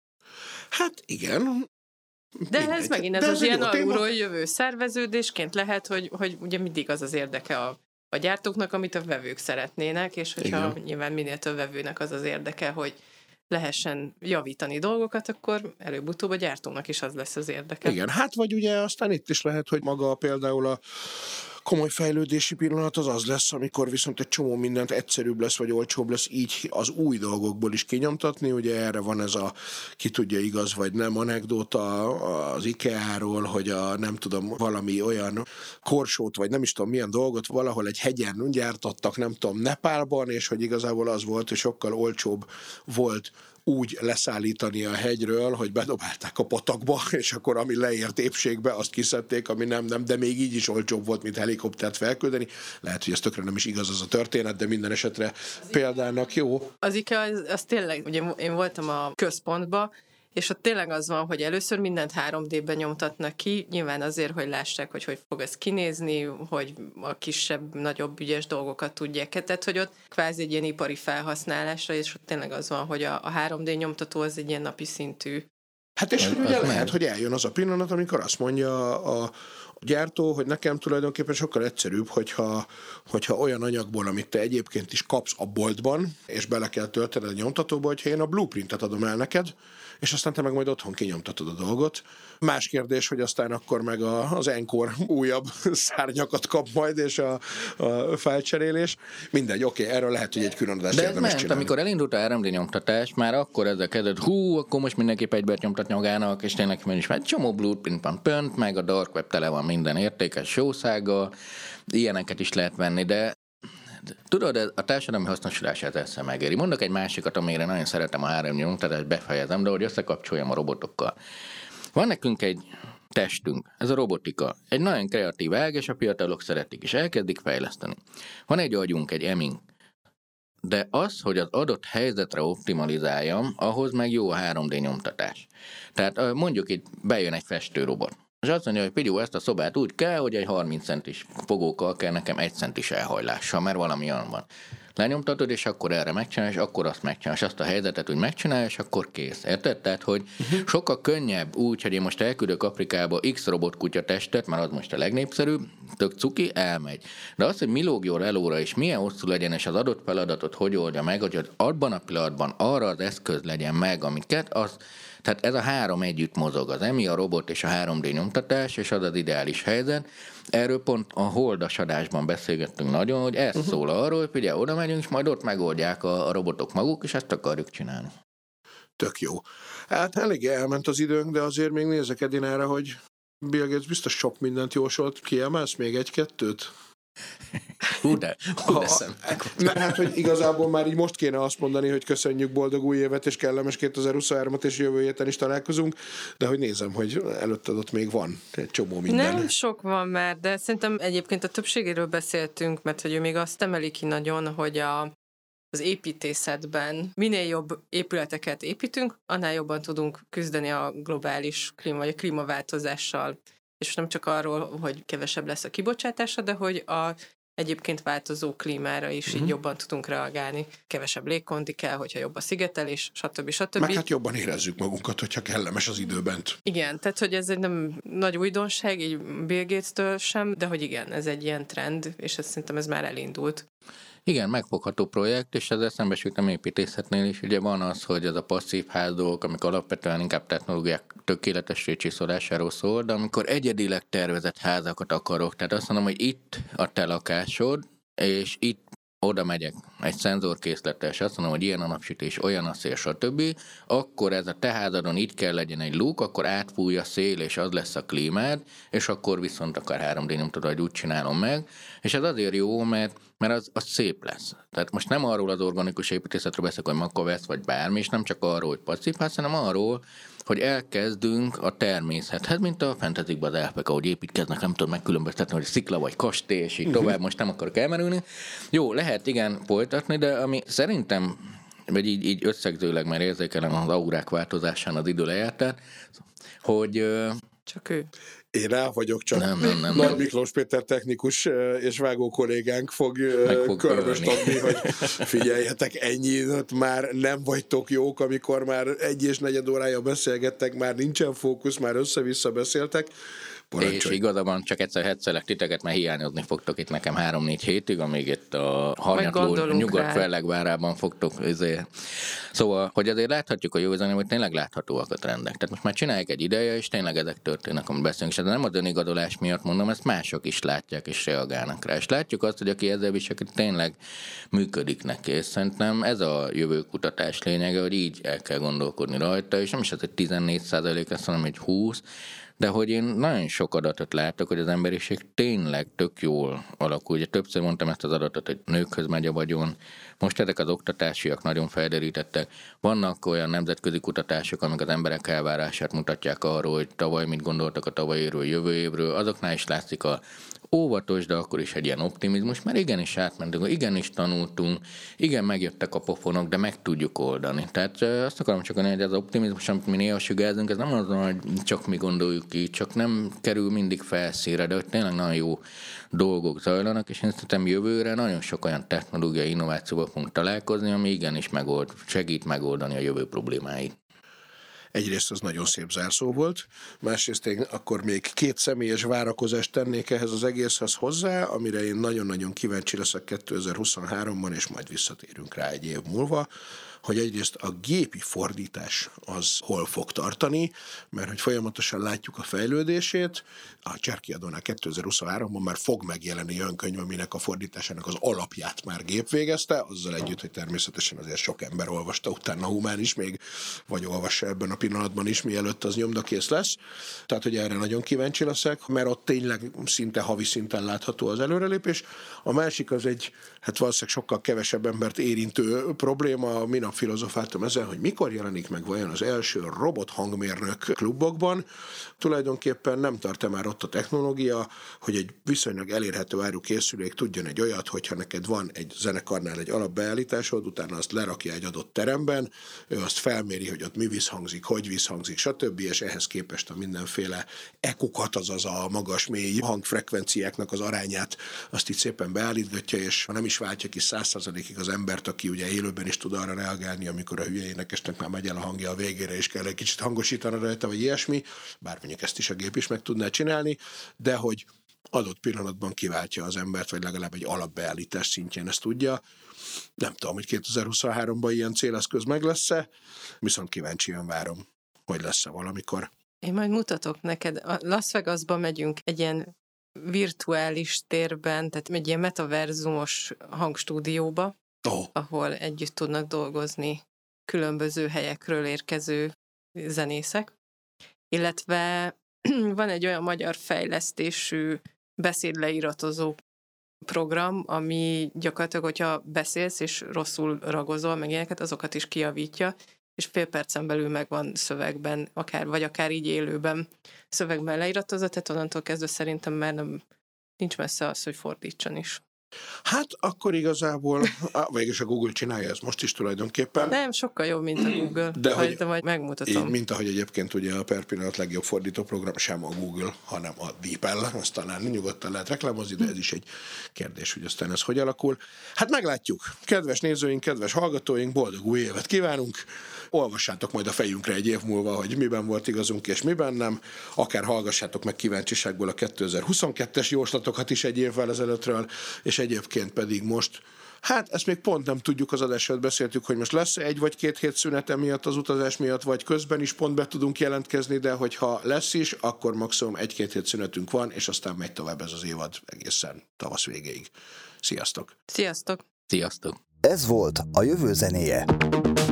Hát igen. De mindegy. Ez megint ez az ilyen alulról jövő szerveződésként lehet, hogy ugye mindig az érdeke a gyártóknak, amit a vevők szeretnének, és hogyha nyilván minél több vevőnek az érdeke, hogy lehessen javítani dolgokat, akkor előbb-utóbb a gyártónak is az lesz az érdeke. Igen, hát vagy ugye aztán itt is lehet, hogy maga például a komoly fejlődési pillanat az lesz, amikor viszont egy csomó mindent egyszerűbb lesz, vagy olcsóbb lesz így az új dolgokból is kinyomtatni. Ugye erre van ez a, ki tudja igaz vagy nem, anekdóta az IKEA-ról, hogy nem tudom, valami olyan korsót, vagy nem is tudom milyen dolgot valahol egy hegyen gyártottak, nem tudom, Nepálban, és hogy igazából az volt, hogy sokkal olcsóbb volt úgy leszállítani a hegyről, hogy bedobálták a patakba, és akkor ami leért épségbe, azt kiszedték, ami nem, de még így is olcsóbb volt, mint helikoptert felküldeni. Lehet, hogy ez tökre nem is igaz az a történet, de minden esetre példának jó. Az IKEA, az tényleg, ugye én voltam a központban, és ott tényleg az van, hogy először mindent 3D-ben nyomtatnak ki, nyilván azért, hogy lássák, hogy fog ez kinézni, hogy a kisebb, nagyobb ügyes dolgokat tudják. Tehát, hogy ott kvázi egy ilyen ipari felhasználásra, és ott tényleg az van, hogy a 3D nyomtató az egy ilyen napi szintű. Hát és ugye lehet, hogy eljön az a pillanat, amikor azt mondja a gyártó, hogy nekem tulajdonképpen sokkal egyszerűbb, hogyha olyan anyagból, amit te egyébként is kapsz a boltban, és bele kell töltened a nyomtatóba, hogyha én a blueprintet adom el neked, és aztán te meg majd otthon kinyomtatod a dolgot. Más kérdés, hogy aztán akkor meg az Encore újabb szárnyakat kap majd, és a felcserélés. Mindegy, oké, erről lehet, hogy egy külön adást érdemes csinálni. Amikor elindult a 3D nyomtatás, már akkor ezzel kezdett, akkor most mindenképp egybert nyomtatni magának, és tényleg is már egy csomó blueprint van pönt, meg a dark web tele van minden értékes sószággal, ilyeneket is lehet venni, de tudod, a társadalmi hasznosulását ezzel megéri. Mondok egy másikat, amire nagyon szeretem a 3D nyomtatást, befejezem, de hogy összekapcsoljam a robotokkal. Van nekünk egy testünk, ez a robotika. Egy nagyon kreatív ág, és a fiatalok szeretik, és elkezdik fejleszteni. Van egy agyunk, egy emink. De az, hogy az adott helyzetre optimalizáljam, ahhoz meg jó a 3D nyomtatás. Tehát mondjuk itt bejön egy festőrobot. És azt mondja, hogy Pigyó, ezt a szobát úgy kell, hogy egy 30 centis fogókkal kell nekem 1 centis elhajlással, mert valami olyan van. Lenyomtatod, és akkor erre megcsinálja, és akkor azt megcsinálja, és azt a helyzetet úgy megcsinálja, és akkor kész. Érted? Tehát, hogy sokkal könnyebb úgy, hogy én most elküldök Afrikába X robotkutya testet, mert az most a legnépszerűbb, tök cuki, elmegy. De az, hogy mi lógjon elóra, és milyen hosszú legyen, és az adott feladatot hogy oldja meg, hogy abban a pillanatban arra az eszköz legyen meg, amiket, az. Tehát ez a 3 együtt mozog, az EMI, a robot és a 3D nyomtatás, és az az ideális helyzet. Erről pont a holdas adásban beszélgettünk nagyon, hogy ez szól arról, hogy ugye oda megyünk, és majd ott megoldják a robotok maguk, és ezt akarjuk csinálni. Tök jó. Hát elég elment az időnk, de azért még nézek Edinára, hogy Bill Gates biztos sok mindent jósolt. Kiemelsz még 1-2? Hát, hogy igazából már így most kéne azt mondani, hogy köszönjük, boldog új évet, és kellemes 2023-at, és jövő héten is találkozunk, de hogy nézem, hogy előtted ott még van egy csomó minden. Nem sok van már, de szerintem egyébként a többségéről beszéltünk, mert hogy ő még azt emeli ki nagyon, hogy az építészetben minél jobb épületeket építünk, annál jobban tudunk küzdeni a globális vagy a klímaváltozással. És nem csak arról, hogy kevesebb lesz a kibocsátása, de hogy a egyébként változó klímára is így jobban tudunk reagálni. Kevesebb légkondi kell, hogyha jobb a szigetelés, stb. Meg hát jobban érezzük magunkat, hogyha kellemes az idő bent. Igen, tehát hogy ez egy nem nagy újdonság, így Bill Gates-től sem, de hogy igen, ez egy ilyen trend, és szerintem ez már elindult. Igen, megfogható projekt, és ezzel szembesültem építészetnél is. Ugye van az, hogy ez a passzív ház dolgok, amik alapvetően inkább technológiák tökéletessé csiszolásáról szól, de amikor egyedileg tervezett házakat akarok, tehát azt mondom, hogy itt a te lakásod, és itt oda megyek egy szenzorkészlettel, és azt mondom, hogy ilyen a napsütés, olyan a szél, stb., akkor ez a te házadon itt kell legyen egy luk, akkor átfúj a szél, és az lesz a klímád, és akkor viszont akár 3D nyomtatod, hogy úgy csinálom meg, és ez azért jó, mert az szép lesz. Tehát most nem arról az organikus építészetről beszélek, hogy makovesz vagy bármi, és nem csak arról, hogy passzív ház, hanem arról, hogy elkezdünk a természethez, mint a fantasyban az elfek, ahogy építkeznek, nem tudom megkülönböztetni, hogy szikla vagy kastély, és így tovább, most nem akarok elmerülni. Jó, lehet igen folytatni, de ami szerintem, vagy így összegzőleg már érzékelem az aurák változásán az idő lejártát, hogy... Csak ő. Én rá vagyok, csak nem. Nagy Miklós Péter technikus és vágó kollégánk fog körmöst adni, hogy figyeljetek, ennyi, már nem vagytok jók, amikor már 1,4 órája beszélgettek, már nincsen fókusz, már össze-vissza beszéltek. Parancsolj. És igazabban csak egyszer hetszelek titeket, mert hiányozni fogtok itt nekem 3-4 hétig, amíg itt a hanyatló Nyugat-Fellegvárában fogtok. Szóval, hogy azért láthatjuk a jó üzenet, hogy tényleg láthatóak a trendek. Tehát most már csinálják egy ideje, és tényleg ezek történnek, amit beszélünk. És ez nem az önigazolás miatt mondom, ezt mások is látják és reagálnak rá. És látjuk azt, hogy aki ezzel viselkedik, tényleg működik neki. És szerintem ez a jövőkutatás lényege, hogy így el kell gondolkodni rajta, és nem is az, hogy 14% lesz, hanem egy 20%, de hogy én nagyon sok adatot látok, hogy az emberiség tényleg tök jól alakul. Ugye többször mondtam ezt az adatot, hogy nőkhöz megy a vagyon, most ezek az oktatásiak nagyon felderítettek. Vannak olyan nemzetközi kutatások, amik az emberek elvárását mutatják arról, hogy tavaly mit gondoltak a tavalyi évről, jövő évről. Azoknál is látszik a óvatos, de akkor is egy ilyen optimizmus, mert igenis átmentünk, igenis tanultunk, igen, megjöttek a pofonok, de meg tudjuk oldani. Tehát azt akarom csak mondani, hogy ez az optimizmus, amit mi néha sugárzunk, ez nem az, hogy csak mi gondoljuk így, csak nem kerül mindig felszínre, de hogy tényleg nagyon jó dolgok zajlanak, és én szerintem jövőre nagyon sok olyan technológiai innovációval fogunk találkozni, ami igenis segít megoldani a jövő problémáit. Egyrészt az nagyon szép zárszó volt, másrészt én akkor még 2 személyes várakozást tennék ehhez az egészhez hozzá, amire én nagyon-nagyon kíváncsi leszek 2023-ban, és majd visszatérünk rá egy év múlva, hogy egyrészt a gépi fordítás az hol fog tartani, mert hogy folyamatosan látjuk a fejlődését, a Cserkiadónál 2023-ban már fog megjelenni olyan könyv, aminek a fordításának az alapját már gép végezte, azzal együtt, hogy természetesen azért sok ember olvasta utána humán is még, vagy olvassa ebben a pillanatban is, mielőtt az nyomdakész lesz. Tehát, hogy erre nagyon kíváncsi leszek, mert ott tényleg szinte havi szinten látható az előrelépés. A másik az egy, hát valószínűleg sokkal kevesebb embert érintő probléma. Minap filozofáltam ezen, hogy mikor jelenik meg vajon az első robot hangmérnök klubokban. Tulajdonképpen nem tart már ott a technológia, hogy egy viszonylag elérhető áru készülék tudjon egy olyat, hogyha neked van egy zenekarnál egy alapbeállításod, utána azt lerakja egy adott teremben, ő azt felméri, hogy ott mi visszhangzik, hogy visszhangzik, stb. És ehhez képest a mindenféle ekokat, azaz a magas-mély hangfrekvenciáknak az arányát azt így szépen beállítgatja, és ha nem is váltja ki 100%-ig az embert, aki ugye élőben is tud arra reagálni, amikor a hülye énekesnek már megy el a hangja a végére, és kell egy kicsit hangosítani rajta, vagy ilyesmi, bár mondjuk ezt is a gép is meg tudná csinálni, de hogy adott pillanatban kiváltja az embert, vagy legalább egy alapbeállítás szintjén ezt tudja. Nem tudom, hogy 2023-ban ilyen céleszköz meg lesz-e, viszont kíváncsian várom, hogy lesz-e valamikor. Én majd mutatok neked. A Las Vegasba megyünk egy ilyen virtuális térben, tehát egy ilyen metaverzumos hangstúdióba, ahol együtt tudnak dolgozni különböző helyekről érkező zenészek. Illetve van egy olyan magyar fejlesztésű beszédleiratozó program, ami gyakorlatilag, hogyha beszélsz és rosszul ragozol, meg ilyeneket, azokat is kijavítja, és fél percen belül megvan szövegben, akár így élőben szövegben leiratozott, tehát onnantól kezdve szerintem már nincs messze az, hogy fordítson is. Hát akkor igazából, végülis a Google csinálja ezt most is tulajdonképpen. Nem, sokkal jobb, mint a Google. De majd megmutatom. Így, mint ahogy egyébként ugye a per pillanat legjobb fordítóprogram sem a Google, hanem a DeepL, azt talán nyugodtan lehet reklámozni, de ez is egy kérdés, hogy aztán ez hogy alakul. Hát meglátjuk. Kedves nézőink, kedves hallgatóink, boldog új évet kívánunk! Olvassátok majd a fejünkre egy év múlva, hogy miben volt igazunk és miben nem. Akár hallgassátok meg kíváncsiságból a 2022-es jóslatokat is egy évvel ezelőttről, és egyébként pedig most, hát ezt még pont nem tudjuk, az adásról beszéltük, hogy most lesz 1 vagy 2 hét szünet miatt, az utazás miatt, vagy közben is pont be tudunk jelentkezni, de hogyha lesz is, akkor maximum 1-2 hét szünetünk van, és aztán megy tovább ez az évad egészen tavasz végéig. Sziasztok! Sziasztok! Sziasztok! Ez volt a jövő zenéje.